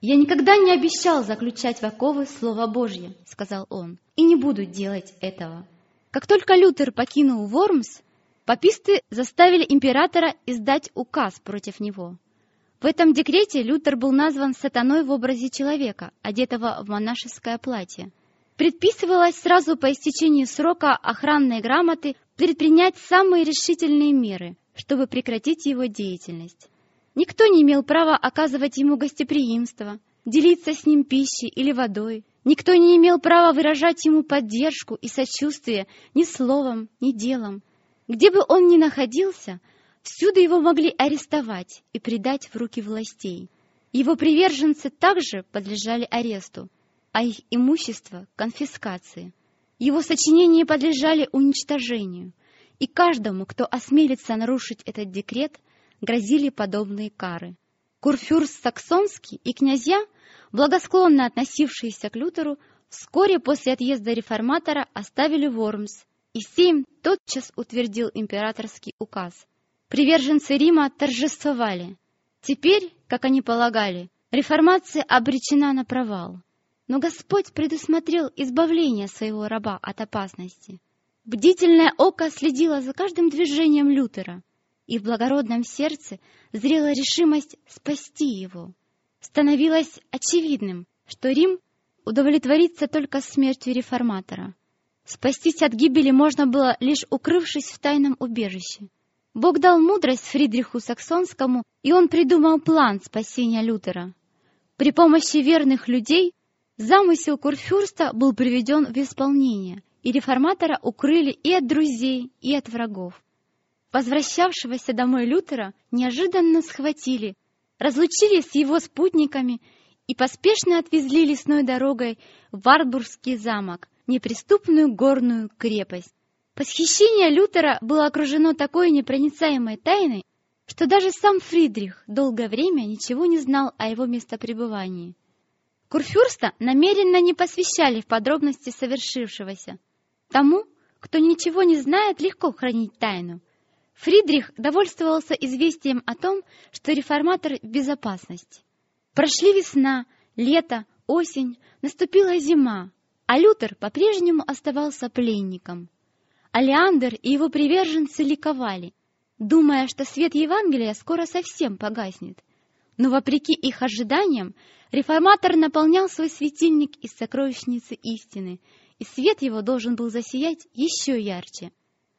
«Я никогда не обещал заключать в оковы Слово Божье», — сказал он, — «и не буду делать этого». Как только Лютер покинул Вормс, паписты заставили императора издать указ против него. В этом декрете Лютер был назван сатаной в образе человека, одетого в монашеское платье. Предписывалось сразу по истечении срока охранной грамоты предпринять самые решительные меры, чтобы прекратить его деятельность. Никто не имел права оказывать ему гостеприимство, делиться с ним пищей или водой. Никто не имел права выражать ему поддержку и сочувствие ни словом, ни делом. Где бы он ни находился, всюду его могли арестовать и предать в руки властей. Его приверженцы также подлежали аресту, а их имущество — конфискации. Его сочинения подлежали уничтожению, и каждому, кто осмелится нарушить этот декрет, грозили подобные кары. Курфюрст Саксонский и князья, благосклонно относившиеся к Лютеру, вскоре после отъезда реформатора оставили Вормс, и Сейм тотчас утвердил императорский указ. Приверженцы Рима торжествовали. Теперь, как они полагали, реформация обречена на провал. Но Господь предусмотрел избавление своего раба от опасности. Бдительное око следило за каждым движением Лютера, и в благородном сердце зрела решимость спасти его. Становилось очевидным, что Рим удовлетворится только смертью реформатора. Спастись от гибели можно было, лишь укрывшись в тайном убежище. Бог дал мудрость Фридриху Саксонскому, и он придумал план спасения Лютера. При помощи верных людей замысел курфюрста был приведен в исполнение, и реформатора укрыли и от друзей, и от врагов. Возвращавшегося домой Лютера неожиданно схватили, разлучили с его спутниками и поспешно отвезли лесной дорогой в Варбургский замок, неприступную горную крепость. Похищение Лютера было окружено такой непроницаемой тайной, что даже сам Фридрих долгое время ничего не знал о его местопребывании. Курфюрста намеренно не посвящали в подробности совершившегося. Тому, кто ничего не знает, легко хранить тайну. Фридрих довольствовался известием о том, что реформатор в безопасности. Прошли весна, лето, осень, наступила зима, а Лютер по-прежнему оставался пленником. Алеандр и его приверженцы ликовали, думая, что свет Евангелия скоро совсем погаснет. Но, вопреки их ожиданиям, реформатор наполнял свой светильник из сокровищницы истины, и свет его должен был засиять еще ярче.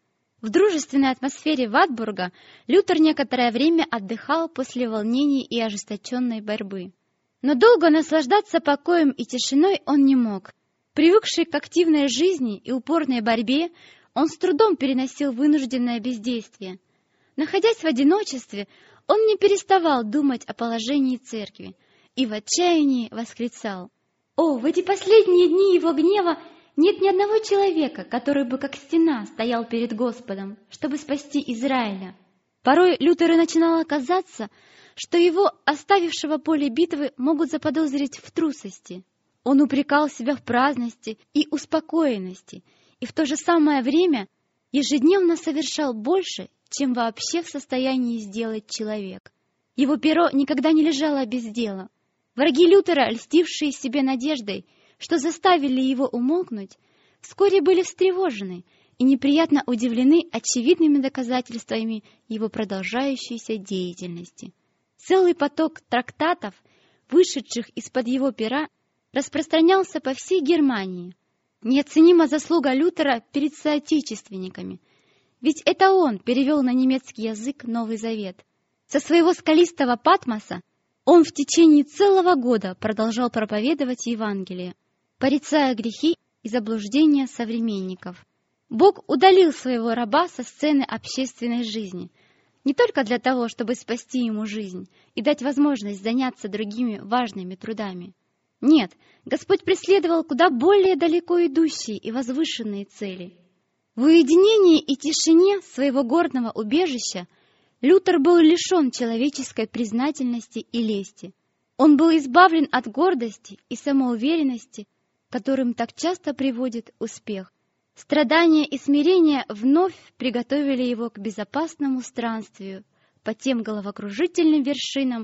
В дружественной атмосфере Ватбурга Лютер некоторое время отдыхал после волнений и ожесточенной борьбы. Но долго наслаждаться покоем и тишиной он не мог. Привыкший к активной жизни и упорной борьбе, он с трудом переносил вынужденное бездействие. Находясь в одиночестве, он не переставал думать о положении церкви и в отчаянии восклицал: «О, в эти последние дни его гнева нет ни одного человека, который бы как стена стоял перед Господом, чтобы спасти Израиля». Порой Лютеру начинало казаться, что его, оставившего поле битвы, могут заподозрить в трусости. Он упрекал себя в праздности и успокоенности, и в то же самое время ежедневно совершал больше, чем вообще в состоянии сделать человек. Его перо никогда не лежало без дела. Враги Лютера, льстившие себе надеждой, что заставили его умолкнуть, вскоре были встревожены и неприятно удивлены очевидными доказательствами его продолжающейся деятельности. Целый поток трактатов, вышедших из-под его пера, распространялся по всей Германии. Неоценима заслуга Лютера перед соотечественниками, ведь это он перевел на немецкий язык Новый Завет. Со своего скалистого Патмоса он в течение целого года продолжал проповедовать Евангелие, порицая грехи и заблуждения современников. Бог удалил своего раба со сцены общественной жизни, не только для того, чтобы спасти ему жизнь и дать возможность заняться другими важными трудами. Нет, Господь преследовал куда более далеко идущие и возвышенные цели. В уединении и тишине своего горного убежища Лютер был лишен человеческой признательности и лести. Он был избавлен от гордости и самоуверенности, которым так часто приводит успех. Страдания и смирение вновь приготовили его к безопасному странствию по тем головокружительным вершинам,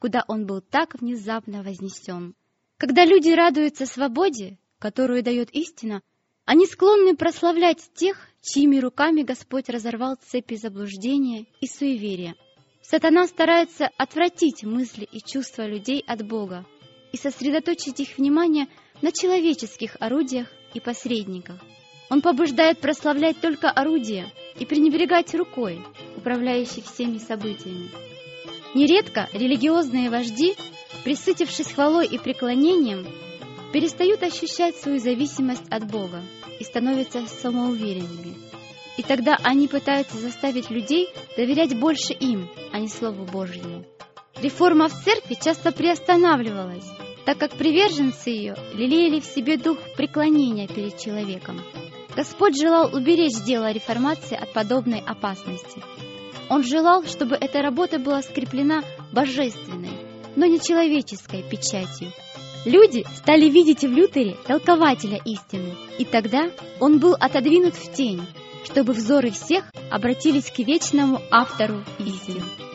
куда он был так внезапно вознесен. Когда люди радуются свободе, которую дает истина, они склонны прославлять тех, чьими руками Господь разорвал цепи заблуждения и суеверия. Сатана старается отвратить мысли и чувства людей от Бога и сосредоточить их внимание на человеческих орудиях и посредниках. Он побуждает прославлять только орудия и пренебрегать рукой, управляющей всеми событиями. Нередко религиозные вожди, пресытившись хвалой и преклонением, перестают ощущать свою зависимость от Бога и становятся самоуверенными. И тогда они пытаются заставить людей доверять больше им, а не Слову Божьему. Реформа в церкви часто приостанавливалась, так как приверженцы ее лелеяли в себе дух преклонения перед человеком. Господь желал уберечь дело реформации от подобной опасности. Он желал, чтобы эта работа была скреплена божественной, но не человеческой печатью. Люди стали видеть в Лютере толкователя истины, и тогда он был отодвинут в тень, чтобы взоры всех обратились к вечному автору истины.